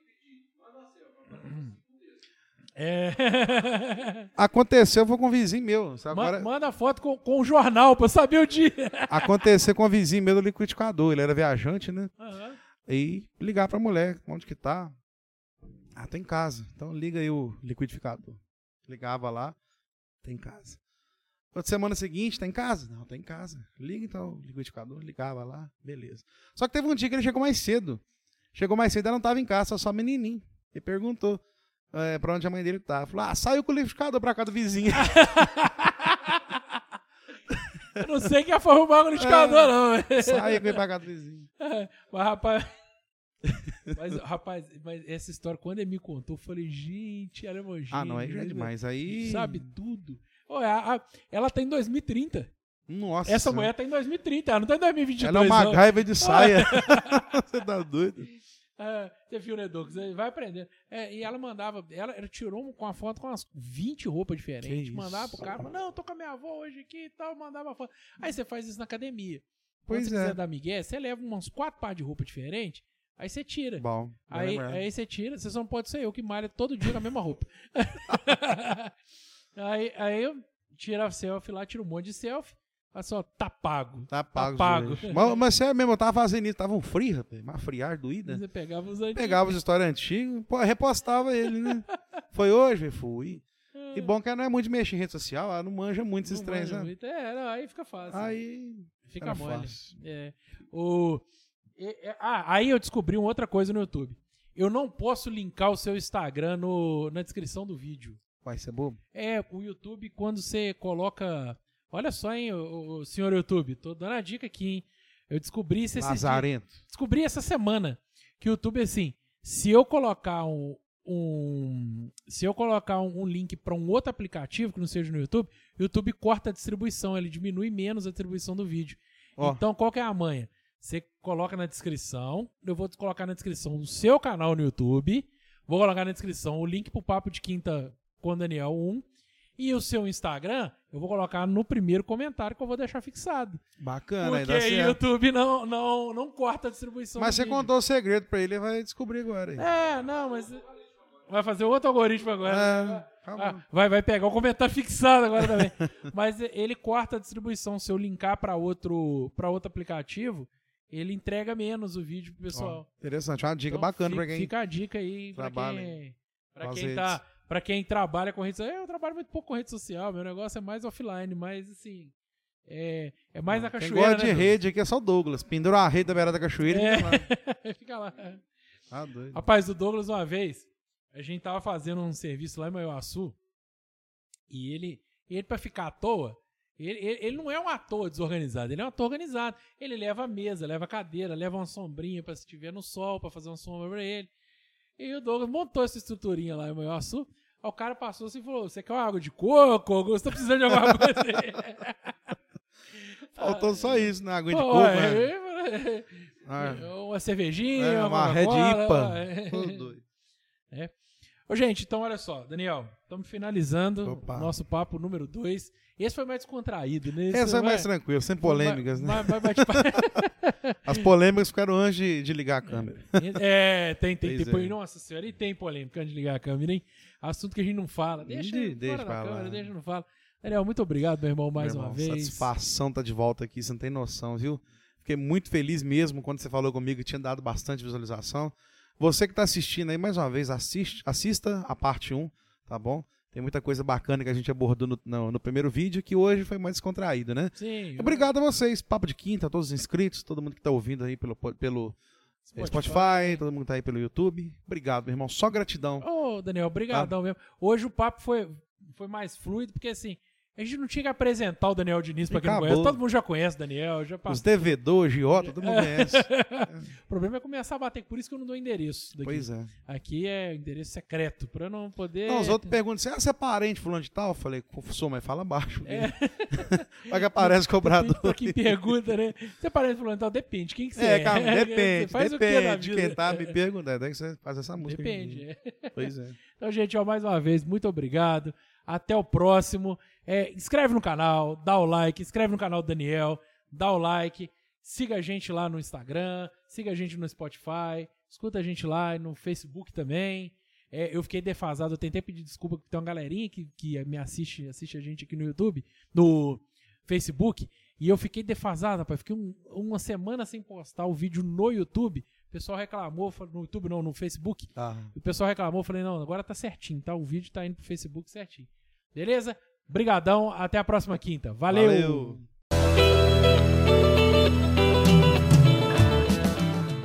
Aconteceu, foi com um vizinho meu. Agora... Manda foto com o jornal pra eu saber o dia. Aconteceu com um vizinho meu do liquidificador. Ele era viajante, né? Uhum. E ligar pra mulher, onde que tá? Tá em casa. Então liga aí o liquidificador. Ligava lá, tá em casa. Outra semana seguinte, tá em casa? Não, tá em casa. Liga então o liquidificador, ligava lá, beleza. Só que teve um dia que ele chegou mais cedo. Ela não tava em casa, só menininho. Ele perguntou pra onde a mãe dele tava. Falou, saiu com o liquidificador pra cá do vizinho. Eu não sei quem foi arrumar o liquidificador, não. Saiu pra cá do vizinho. Mas, rapaz, essa história, quando ele me contou, eu falei, gente, ela é uma gênia. Não, aí já é demais. Aí... Sabe tudo. Ela tá em 2030. Nossa. Essa mulher tá em 2030, ela não tá em 2022. Ela é uma MacGyver de saia. Você tá doido? Você viu, né, Douglas? Vai aprender. E ela mandava, ela tirou com a foto com umas 20 roupas diferentes, mandava pro cara, não, tô com a minha avó hoje aqui e tal, mandava foto. Aí você faz isso na academia. Quando você quiser dar migué, você leva uns 4 pares de roupa diferentes, aí você tira. Bom. Aí você tira, você só não pode ser eu que malha todo dia com a mesma roupa. aí eu tiro a selfie lá, tiro um monte de selfie. Olha só, tá pago. Tá pago. Mas sério mesmo, eu tava fazendo isso, tava um frio, rapaz, uma friar doída. Você pegava os antigos. Pegava as histórias antigas, repostava ele, né? Foi hoje? Fui. E bom que ela não é muito de mexer em rede social, ela não manja muito esses trens, né? Aí fica fácil. Aí fica mole. Aí eu descobri uma outra coisa no YouTube. Eu não posso linkar o seu Instagram na descrição do vídeo. Vai ser bobo? O YouTube, quando você coloca... Olha só, hein, o senhor YouTube. Tô dando a dica aqui, hein. Eu descobri isso descobri essa semana. Que o YouTube, assim, se eu colocar um link para um outro aplicativo que não seja no YouTube, o YouTube corta a distribuição, ele diminui menos a distribuição do vídeo. Então, qual que é a manha? Você coloca na descrição, eu vou colocar na descrição do seu canal no YouTube, vou colocar na descrição o link pro Papo de Quinta com Daniel 1, e o seu Instagram, eu vou colocar no primeiro comentário que eu vou deixar fixado. Bacana, porque aí o YouTube não corta a distribuição. Mas você contou o segredo pra ele vai descobrir agora. Aí. Mas... Vai fazer outro algoritmo agora. Vai pegar o comentário fixado agora também. Mas ele corta a distribuição. Se eu linkar pra outro aplicativo, ele entrega menos o vídeo pro pessoal. Interessante, uma dica bacana pra quem... Fica a dica aí pra quem pra quem trabalha com rede social. Eu trabalho muito pouco com rede social, meu negócio é mais offline, mas assim, é mais na cachoeira. Quem gosta de rede aqui é só o Douglas. Pendura a rede da beirada da cachoeira e fica lá. Ah, doido. Rapaz, o Douglas, uma vez, a gente tava fazendo um serviço lá em Maiuaçu e ele pra ficar à toa, ele não é um ator desorganizado, ele é um ator organizado. Ele leva a mesa, leva a cadeira, leva uma sombrinha pra se estiver no sol, pra fazer uma sombra pra ele. E o Douglas montou essa estruturinha lá em Maiuaçu. Aí o cara passou assim e falou: você quer uma água de coco? Augusto, tá precisando de alguma coisa aí? Faltou só isso, né? Água de coco, né? Uma cervejinha, uma Red IPA. Tudo doido. Ô, gente, então olha só, Daniel, estamos finalizando o nosso papo número 2. Esse foi mais descontraído, né? Esse foi mais tranquilo, sem polêmicas, né? As polêmicas ficaram antes de ligar a câmera. Tem. Nossa senhora, e tem polêmica antes de ligar a câmera, hein? Assunto que a gente não fala. Deixa fora da câmera, deixa não fala. Daniel, muito obrigado, meu irmão, mais uma vez. Satisfação tá de volta aqui, você não tem noção, viu? Fiquei muito feliz mesmo quando você falou comigo que tinha dado bastante visualização. Você que tá assistindo aí, mais uma vez, assista a parte 1, tá bom? Tem muita coisa bacana que a gente abordou no primeiro vídeo, que hoje foi mais descontraído, né? Sim. Obrigado a vocês, Papo de Quinta, a todos os inscritos, todo mundo que tá ouvindo aí pelo Spotify, todo mundo que tá aí pelo YouTube. Obrigado, meu irmão, só gratidão. Ô, Daniel, obrigadão mesmo. Hoje o papo foi mais fluido, porque assim, a gente não tinha que apresentar o Daniel Diniz pra quem não conhece. Todo mundo já conhece o Daniel. Os devedores, Giota, todo mundo conhece. O problema é começar a bater, por isso que eu não dou endereço daqui. Pois é. Aqui é endereço secreto, pra não poder... Não, os outros perguntam assim, você é parente fulano de tal? Eu falei, sou, mas fala baixo. Vai que aparece cobrador. Pra quem pergunta, né? Você é parente fulano de tal? Depende, quem que você é? Calma, depende, faz depende. Quem tá me perguntando, daí que você faz essa música. Depende, Pois é. Então, gente, mais uma vez, muito obrigado. Até o próximo. Inscreve no canal, dá o like, inscreve no canal do Daniel, dá o like, siga a gente lá no Instagram, siga a gente no Spotify, escuta a gente lá no Facebook também. Eu fiquei defasado, eu tentei pedir desculpa porque tem uma galerinha que me assiste a gente aqui no YouTube, no Facebook, e eu fiquei defasado, rapaz. Fiquei uma semana sem postar o vídeo no YouTube. O pessoal reclamou, no YouTube não, no Facebook. O pessoal reclamou, eu falei, não, agora tá certinho, tá? O vídeo tá indo pro Facebook certinho. Beleza? Brigadão, até a próxima quinta. Valeu.